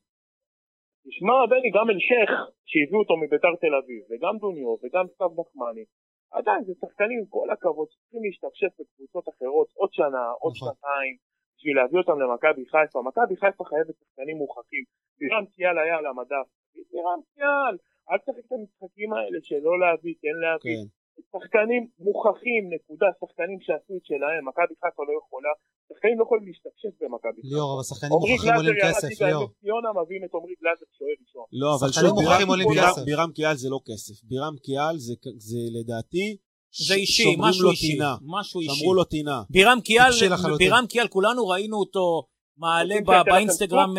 תשמע בני, גם אלשך שהביאו אותו מביתר תל אביב, וגם דוניו וגם סתיו נחמני, עדיין זה שחקנים, כל הכבוד, צריכים להשתפשף בקבוצות אחרות עוד שנה, עוד שנתיים, בשביל להביא אותם למכבי חיפה. מכבי חיפה חייבת שחקנים מוכחים. בירם קיאל היה על המדף. בירם קיאל, אל תשחק את המשחקים האלה שלא להביא, כן להביא. שחקנים מוכחים, נקודה, שחקנים שעשו את שלהם, מכבי חיפה לא יכולה, שחקנים לא יכולים להשתפשף במכבי חיפה. ליאור, אבל שחקנים מוכחים עולים כסף, ליאור. ציונה מביאים את עומרי גלאזר שוער ראשון. לא, אבל בירם קיאל זה לא כסף. בירם קיאל זה לדעתי זה אישי, משהו אישי. שמרו לו טינה. בירם קיאל, כולנו ראינו אותו מעלה באינסטגרם.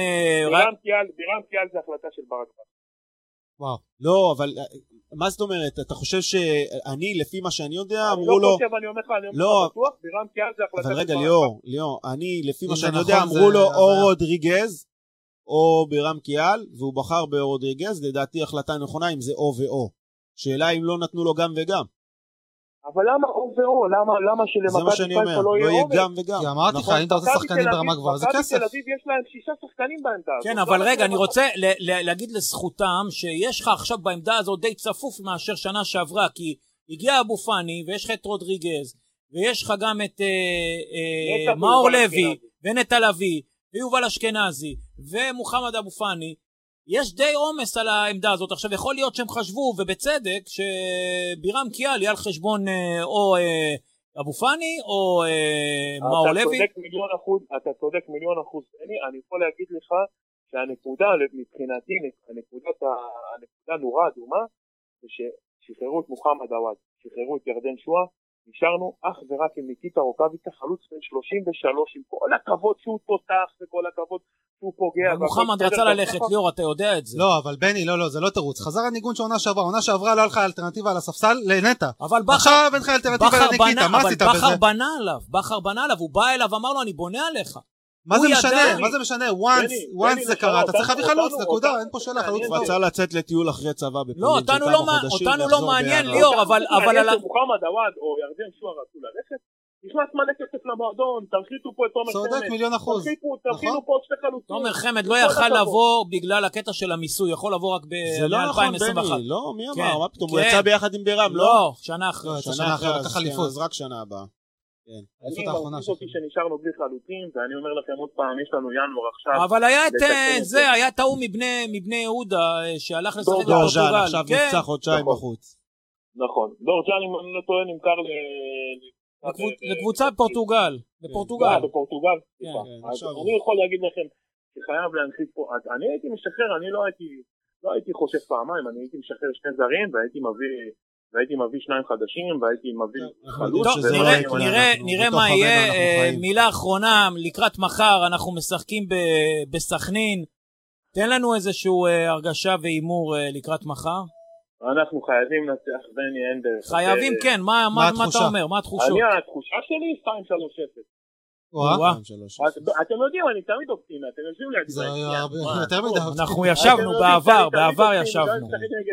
בירם קיאל זה החלטה של ברק. וואו. לא, אבל מה זאת אומרת? אתה חושב שאני, לפי מה שאני יודע, אמרו לו... אני אומר לך, בטוח, בירם קיאל זה החלטה של ברק. אבל רגע, ליאור, אני, לפי מה שאני יודע, אמרו לו או רודריגז, או בירם קיאל, והוא בחר ברודריגז, לדעתי החלטה נכונה אם זה או ואו. שאלה אם לא נתנו לו גם וגם. אבל למה או ואו? למה שלמכבי חיפה לא יהיה גם וגם? כי אמרתי לך, אם אתה רוצה שחקנים ברמה גבוהה, זה כסף. מכבי תל אביב יש להם 6 שחקנים בעמדה. כן, אבל רגע, אני רוצה להגיד לזכותם שיש לך עכשיו בעמדה הזו די צפוף מאשר שנה שעברה, כי הגיע אבו פאני, ויש לך את רודריגז, ויש לך גם את מאור לוי, ונטע לביא, ויובל אשכנזי, ומוחמד אבו פאני, יש די עומס על העמדה הזאת. עכשיו יכול להיות שהם חשבו, ובצדק, שבירם קיאל יהיה על חשבון או אבו פאני, או מאור לוי. אתה צודק מיליון אחוז. אני יכול להגיד לך שהנקודה, מבחינתי, הנקודה נורא אדומה, זה ששחררו את מוחמד עווד, שחררו את ירדן שואה, נשארנו אך ורק עם ניקיטה רוקאביצה, חלוץ בן 33, עם כל הכבוד שהוא תותח וכל הכבוד שהוא פוגע. מוחמד רצה ללכת, ליאור, אתה יודע את זה. לא, אבל בני, לא, זה לא תירוץ. חזר הניגון שעונה שעברה, עונה שעברה לא הלכה אלטרנטיבה על הספסל לנטע. אבל עכשיו אין לך אלטרנטיבה לניקיטה, מה עשית בזה? בכר בנה עליו, הוא בא אליו ואמר לו, אני בונה עליך. מה זה משנה? מה זה משנה? once זה קרה, אתה צריך להביא חלוץ, נקודה, אין פה שאלה, חלוץ טוב. רצה לצאת לטיול אחרי צבא בפולין. לא, אותנו לא מעניין, ליאור, אבל מוחמד עווד או ירדן שואה רצו ללכת, נכנס מלא כסף למועדון, תרחיתו פה את תומר חמד. צודק, 1,000,000%. תרחיתו פה עוד שתי חלוצים. תומר חמד לא יכל לבוא בגלל הקטע של המיסוי, יכול לבוא רק ב-2021. זה לא נכון, בני, לא, מי אמר? מה פתאום? הוא יצא ביחד עם בירם, לא? לא, שנה אחרי. שנה אחרי, אז רק שנה הבאה. אני מרגיש אותי שנשארנו בלי חלוצים, ואני אומר לכם עוד פעם, יש לנו ינואר עכשיו. אבל היה את זה, היה טעו מבני יהודה, שהלך לשחק בפורטוגל. עכשיו נפצע חודשיים בחוץ. נכון, דורג'אן, אם אני לא טועה, נמכר לקבוצה בפורטוגל. בפורטוגל. אז אני יכול להגיד לכם, שחייב להנחית פה, אני הייתי משחרר, אני לא הייתי חושב פעמיים, אני הייתי משחרר שני זרים, והייתי מביא שניים חדשים, והייתי מביא חלוץ. נראה מה יהיה. מילה אחרונה, לקראת מחר, אנחנו משחקים בסכנין. תן לנו איזשהו הרגשה ואימור לקראת מחר. אנחנו חייבים לנצח, בני, אין דרך. חייבים, כן, מה אתה אומר? מה התחושות? התחושה שלי 2-3-0. אתם יודעים, אני תמיד אופטימי, אתם יושבים להגיד. אנחנו ישבנו בעבר ישבנו.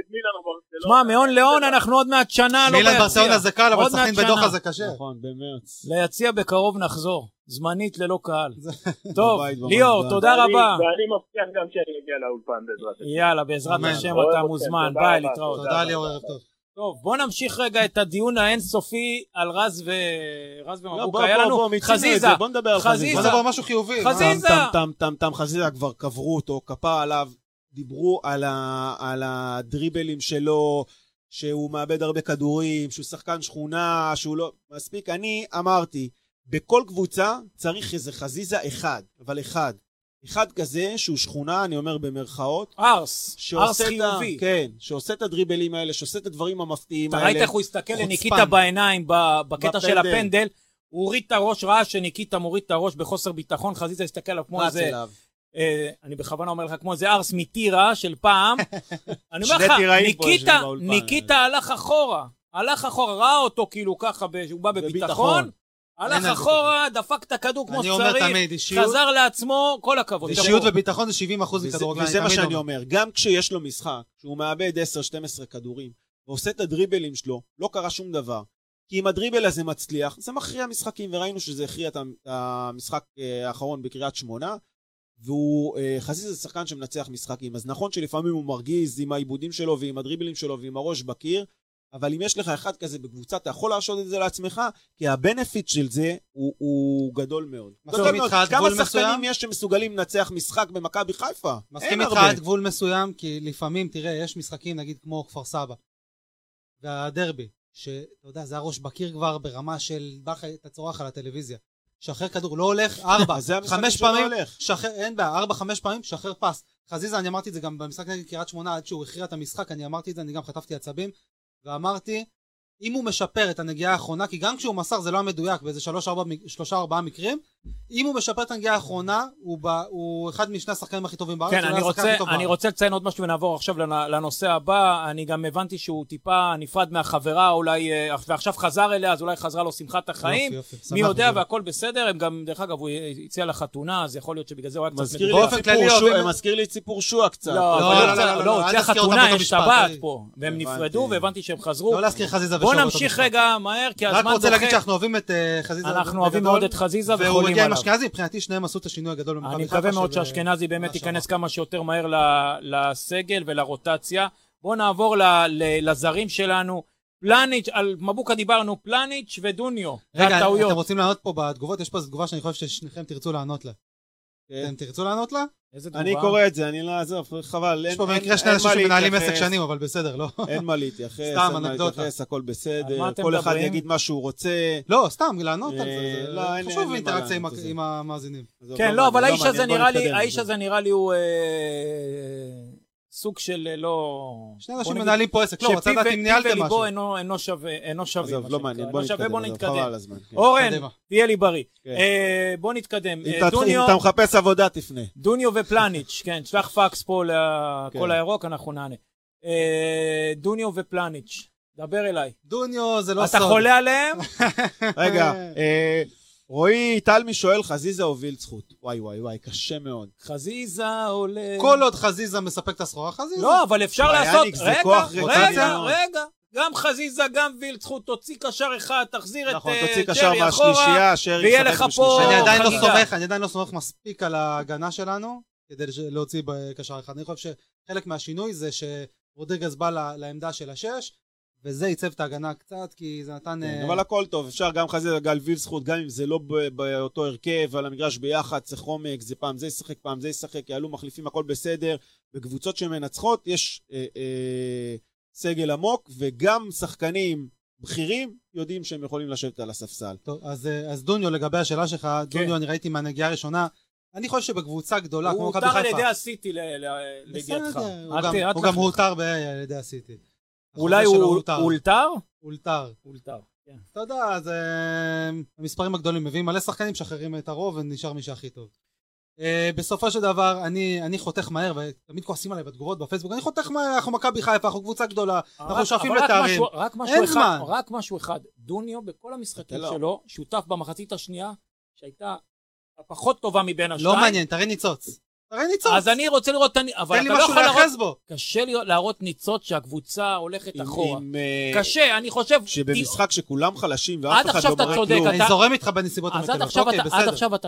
תשמע, מהון להון אנחנו עוד מעט שנה לא מילאן ברצלונה זה קל, אבל סכנין בדוחה זה קשה. נכון, במרץ. ליציע בקרוב נחזור, זמנית ללא קהל. טוב, ליאור, תודה רבה. ואני מבטיח גם שאני אגיע לאולפן בעזרת השם. יאללה, בעזרת השם אתה מוזמן, ביי, להתראות. תודה ליאור, ערב טוב. טוב, בוא נמשיך רגע את הדיון האינסופי על רז ומבוקה. היה לנו חזיזה. בוא נדבר על חזיזה. בוא נדבר על משהו חיובי. חזיזה. חזיזה כבר קברו אותו, כפה עליו, דיברו על הדריבלים שלו, שהוא מאבד הרבה כדורים, שהוא שחקן שכונה, שהוא לא... מספיק, אני אמרתי, בכל קבוצה צריך איזה חזיזה אחד, אבל אחד כזה שהוא שכונה, אני אומר במרכאות. ארס חיובי. כן, שעושה את הדריבלים האלה, שעושה את הדברים המפתיעים האלה. אתה ראית איך הוא הסתכל לניקיטה בעיניים בקטע של הפנדל, הוא הוריד את הראש, ראה שניקיטה מוריד את הראש בחוסר ביטחון, חזיזה הסתכל עליו כמו איזה... אני בכוונה אומר לך כמו איזה ארס מטירה של פעם. אני אומר לך, ניקיטה הלך אחורה, ראה אותו כאילו ככה, הוא בא בביטחון, הלך אחורה, דפק את הכדור כמו שצריך, חזר לעצמו, כל הכבוד. אישיות וביטחון זה 70% מכדורגלנים. וזה מה שאני אומר, גם כשיש לו משחק, שהוא מאבד 10-12 כדורים, ועושה את הדריבלים שלו, לא קרה שום דבר. כי אם הדריבל הזה מצליח, זה מכריע משחקים, וראינו שזה הכריע את המשחק האחרון בקריית שמונה, והוא חזיזה זה שחקן שמנצח משחקים. אז נכון שלפעמים הוא מרגיז עם העיבודים שלו ועם הדריבלים שלו ועם הראש בקיר, אבל אם יש לך אחד כזה בקבוצה, אתה יכול להרשות את זה לעצמך, כי הבנפיט של זה הוא גדול מאוד. כמה שחקנים יש שמסוגלים לנצח משחק במכבי חיפה? מסכים איתך עד גבול מסוים, כי לפעמים, תראה, יש משחקים נגיד כמו כפר סבא, והדרבי, שאתה יודע, זה הראש בקיר כבר ברמה של אתה צורח על הטלוויזיה. שחרר כדור, לא הולך, 5 פעמים, אין בעיה, 4-5 פעמים, שחרר פס. חזיזה, אני אמרתי את זה גם במשחק נגד קריית שמונה, עד שהוא הכריע את המשחק, אני אמרתי את זה, אני גם חטפתי עצבים, ואמרתי, אם הוא משפר את הנגיעה האחרונה, כי גם כשהוא מסר זה לא המדויק, באיזה 3-4 מקרים, אם הוא משפר את הנגיעה האחרונה, הוא אחד משני השחקנים הכי טובים בארץ. כן, אני רוצה לציין עוד משהו ונעבור עכשיו לנושא הבא. אני גם הבנתי שהוא טיפה נפרד מהחברה, אולי, ועכשיו חזר אליה, אז אולי חזרה לו שמחת החיים. מי יודע, והכל בסדר. הם גם, דרך אגב, הוא הציע לחתונה, אז יכול להיות שבגלל זה הוא היה קצת מדובר. מזכיר לי ציפור שועה קצת. לא, הוא הציע חתונה, יש טבעת פה. והם נפרדו, והבנתי שהם חזרו. לא להזכיר חזיזה בוא נמשיך רגע מהר, כי הזמן רק רוצה להגיד שאנחנו אוהבים את חזיזה. אנחנו אוהבים מאוד את חזיזה וחולים עליו. אשכנזי, מבחינתי שניהם עשו את השינוי הגדול במכבי חיפה. אני מקווה מאוד שאשכנזי באמת ייכנס כמה שיותר מהר לסגל ולרוטציה. בואו נעבור לזרים שלנו. פלניץ', על מבוקה דיברנו, פלניץ' ודוניו. רגע, אתם רוצים לענות פה בתגובות? יש פה תגובה שאני חושב ששניכם תרצו לענות לה. אתם תרצו לענות לה? איזה תגובה? אני קורא את זה, אני לא אעזוב, חבל. יש פה במקרה שני אנשים שמנהלים 10 שנים, אבל בסדר, לא? אין מה להתייחס, סתם, אנקדוטה. הכל בסדר, כל אחד יגיד מה שהוא רוצה. לא, סתם, לענות על זה. לא, חשוב אינטראקציה עם המאזינים. כן, לא, אבל האיש הזה נראה לי הוא סוג של לא... שני אנשים מנהלים פה עסק, לא, רצה לדעת אם ניהלתם משהו. שפיו וליבו אינו שווה. עזוב, לא מעניין, בוא נתקדם. אורן, תהיה לי בריא. בוא נתקדם. אם אתה מחפש עבודה, תפנה. דוניו ופלניץ', כן, שלח פקס פה לכל הירוק, אנחנו נענה. דוניו ופלניץ', דבר אליי. דוניו זה לא סוד. אתה חולה עליהם? רגע, רועי תלמי שואל, חזיזה הוביל זכות. וואי, קשה מאוד. חזיזה עולה... כל עוד חזיזה מספק את הסחורה, חזיזה. לא, אבל אפשר לעשות... רגע. גם חזיזה, גם וילד זכות, תוציא קשר אחד, תחזיר את שרי אחורה, ויהיה לך פה... אני עדיין לא סומך מספיק על ההגנה שלנו, כדי להוציא בקשר אחד. אני חושב שחלק מהשינוי זה שרודריגז בא לעמדה של השש, וזה ייצב את ההגנה קצת, כי זה נתן... אבל הכל טוב, אפשר גם חזיזה גל ויל זכות, גם אם זה לא באותו הרכב, על המגרש ביחד, צריך עומק, זה פעם זה ישחק, פעם זה ישחק, יעלו מחליפים, הכל בסדר. בקבוצות שמנצחות יש סגל עמוק, וגם שחקנים בכירים יודעים שהם יכולים לשבת על הספסל. טוב, אז דוניו, לגבי השאלה שלך, דוניו אני ראיתי מהנגיעה הראשונה, אני חושב שבקבוצה גדולה, כמו מכבי חיפה... הוא הותר על ידי הסיטי לידיעתך. הוא גם הותר על ידי הסיטי. אולי הוא אולטר? אולטר, כן. אתה יודע, אז המספרים הגדולים מביאים מלא שחקנים, שחררים את הרוב ונשאר מי שהכי טוב. בסופו של דבר, אני חותך מהר, ותמיד כועסים עליי בתגובות בפייסבוק, אני חותך מהר, אנחנו מכבי חיפה, אנחנו קבוצה גדולה, אנחנו שואפים לתארים, אין זמן. רק משהו אחד, דוניו בכל המשחקים שלו, שותף במחצית השנייה, שהייתה הפחות טובה מבין השתיים. לא מעניין, תראה ניצוץ. אז אני רוצה לראות, אבל אתה לא יכול להראות, קשה להראות ניצוץ שהקבוצה הולכת אחורה. קשה, אני חושב... שבמשחק שכולם חלשים ואף אחד לא מראה כלום. אני זורם איתך בנסיבות המקלות, אוקיי, בסדר. עד עכשיו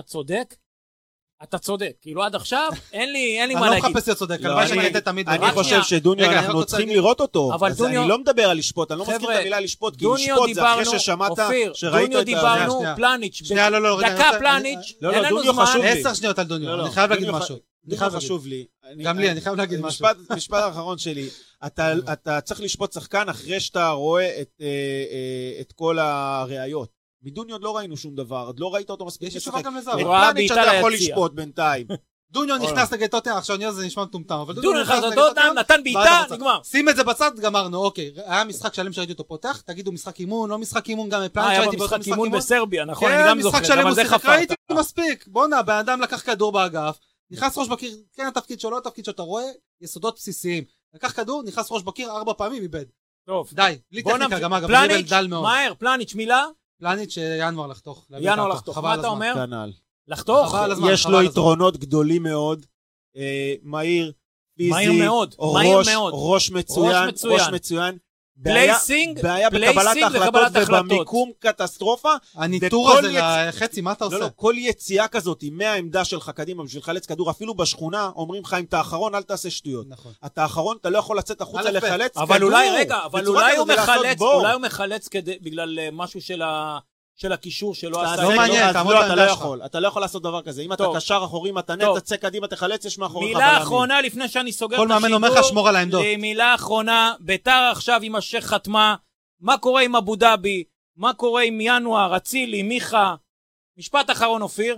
אתה צודק, כאילו עד עכשיו אין לי מה להגיד. להגיד. אני לא מחפש להיות צודק, הלוואי שאני הייתי תמיד... אני חושב שדוניו אנחנו צריכים לראות אותו, אז אני לא מדבר על לשפוט, אני לא מזכיר את המילה לשפוט, כי לשפוט זה אחרי ששמעת, שראית את... דוניו דיברנו, פלניץ', דקה פלניץ', אין לנו זמן. 10 שניות על דוניו, אני חייב להגיד משהו. דוניו חשוב לי. גם לי, אני חייב להגיד משהו. משפט האחרון שלי, אתה צריך לשפוט שחקן אחרי שאתה רואה את כל הראיות. מדוניו עוד לא ראינו שום דבר, עוד לא ראית אותו מספיק לשחק. את פלניץ' אתה יכול לשפוט בינתיים. דוניו נכנס נגד טוטנהאם, עכשיו אני זה נשמע מטומטם, אבל דוניו נכנס נגד טוטנהאם, נתן בעיטה, נגמר. שים את זה בצד, גמרנו, אוקיי. היה משחק שלם שראיתי אותו פותח, תגידו משחק אימון, לא משחק אימון, גם פלניץ' ראיתי באותו משחק אימון בסרביה, נכון, אני גם זוכר, אבל זה חפרת. ראיתי מספיק, בוא'נה, בן אדם לקח כדור באגף, נכנס ראש בקיר, כן התפקיד שלו, התפקיד שאתה רואה, יסודות בסיסיים. לקח כדור, נכנס ראש בקיר 4 פעמים, איבד. טוב. די, בלי טכניקה גם אגב, מהר, פלניץ' מילה? פלניץ' ינואר לחתוך. ינואר לחתוך, מה אתה אומר? לחתוך? יש לו יתרונות גדולים מאוד, מהיר, פיזי, ראש מצוין, בעיה בקבלת ההחלטות ובמיקום קטסטרופה. הניטור הזה לחצי, מה אתה עושה? כל יציאה כזאת מהעמדה שלך קדימה בשביל חלץ כדור, אפילו בשכונה אומרים לך אם אתה האחרון אל תעשה שטויות. אתה האחרון, אתה לא יכול לצאת החוצה לחלץ כדור. אבל אולי הוא מחלץ בגלל משהו של הקישור שלו. לא מעניין, אתה לא יכול לעשות דבר כזה. אם אתה קשר אחורי, אתה נט, תצא קדימה, תחלץ, יש מאחוריך מילה אחרונה לפני שאני סוגר את השידור. כל מאמן אומר לך שמור על העמדות. מילה אחרונה, ביתר עכשיו עם השייח חתמה, מה קורה עם אבו דאבי, מה קורה עם ינואר, אצילי, מיכה, משפט אחרון אופיר.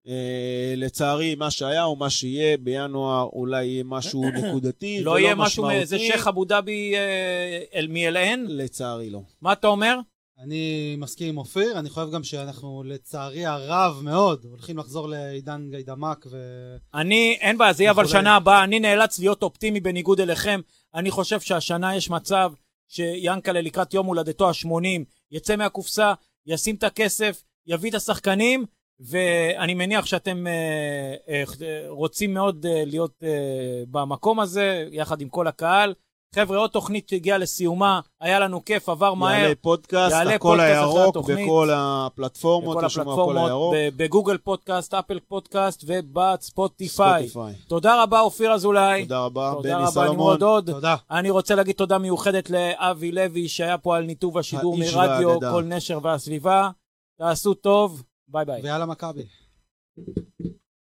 לצערי מה שהיה או מה שיהיה בינואר אולי יהיה משהו נקודתי. לא יהיה משהו מאיזה שייח אבו דאבי מאלעין? לצערי לא. מה אתה אומר? אני מסכים עם אופיר, אני חושב גם שאנחנו לצערי הרב מאוד הולכים לחזור לעידן גיידמק אין בעיה, זה יהיה אבל שנה הבאה, אני נאלץ להיות אופטימי בניגוד אליכם, אני חושב שהשנה יש מצב שיאנקלה לקראת יום הולדתו ה-80 יצא מהקופסה, ישים את הכסף, יביא את השחקנים, ואני מניח שאתם רוצים מאוד להיות במקום הזה, יחד עם כל הקהל, חבר'ה, עוד תוכנית שהגיעה לסיומה, היה לנו כיף, עבר מהר. יעלה פודקאסט, הכל הירוק, בכל הפלטפורמות, בגוגל פודקאסט, אפל פודקאסט ובספוטיפיי. תודה רבה, אופיר אזולאי. תודה רבה, בני סלומון. תודה. אני רוצה להגיד תודה מיוחדת לאבי לוי, שהיה פה על ניתוב השידור מרדיו כל נשר והסביבה. תעשו טוב, ביי ביי. ויאללה מכבי.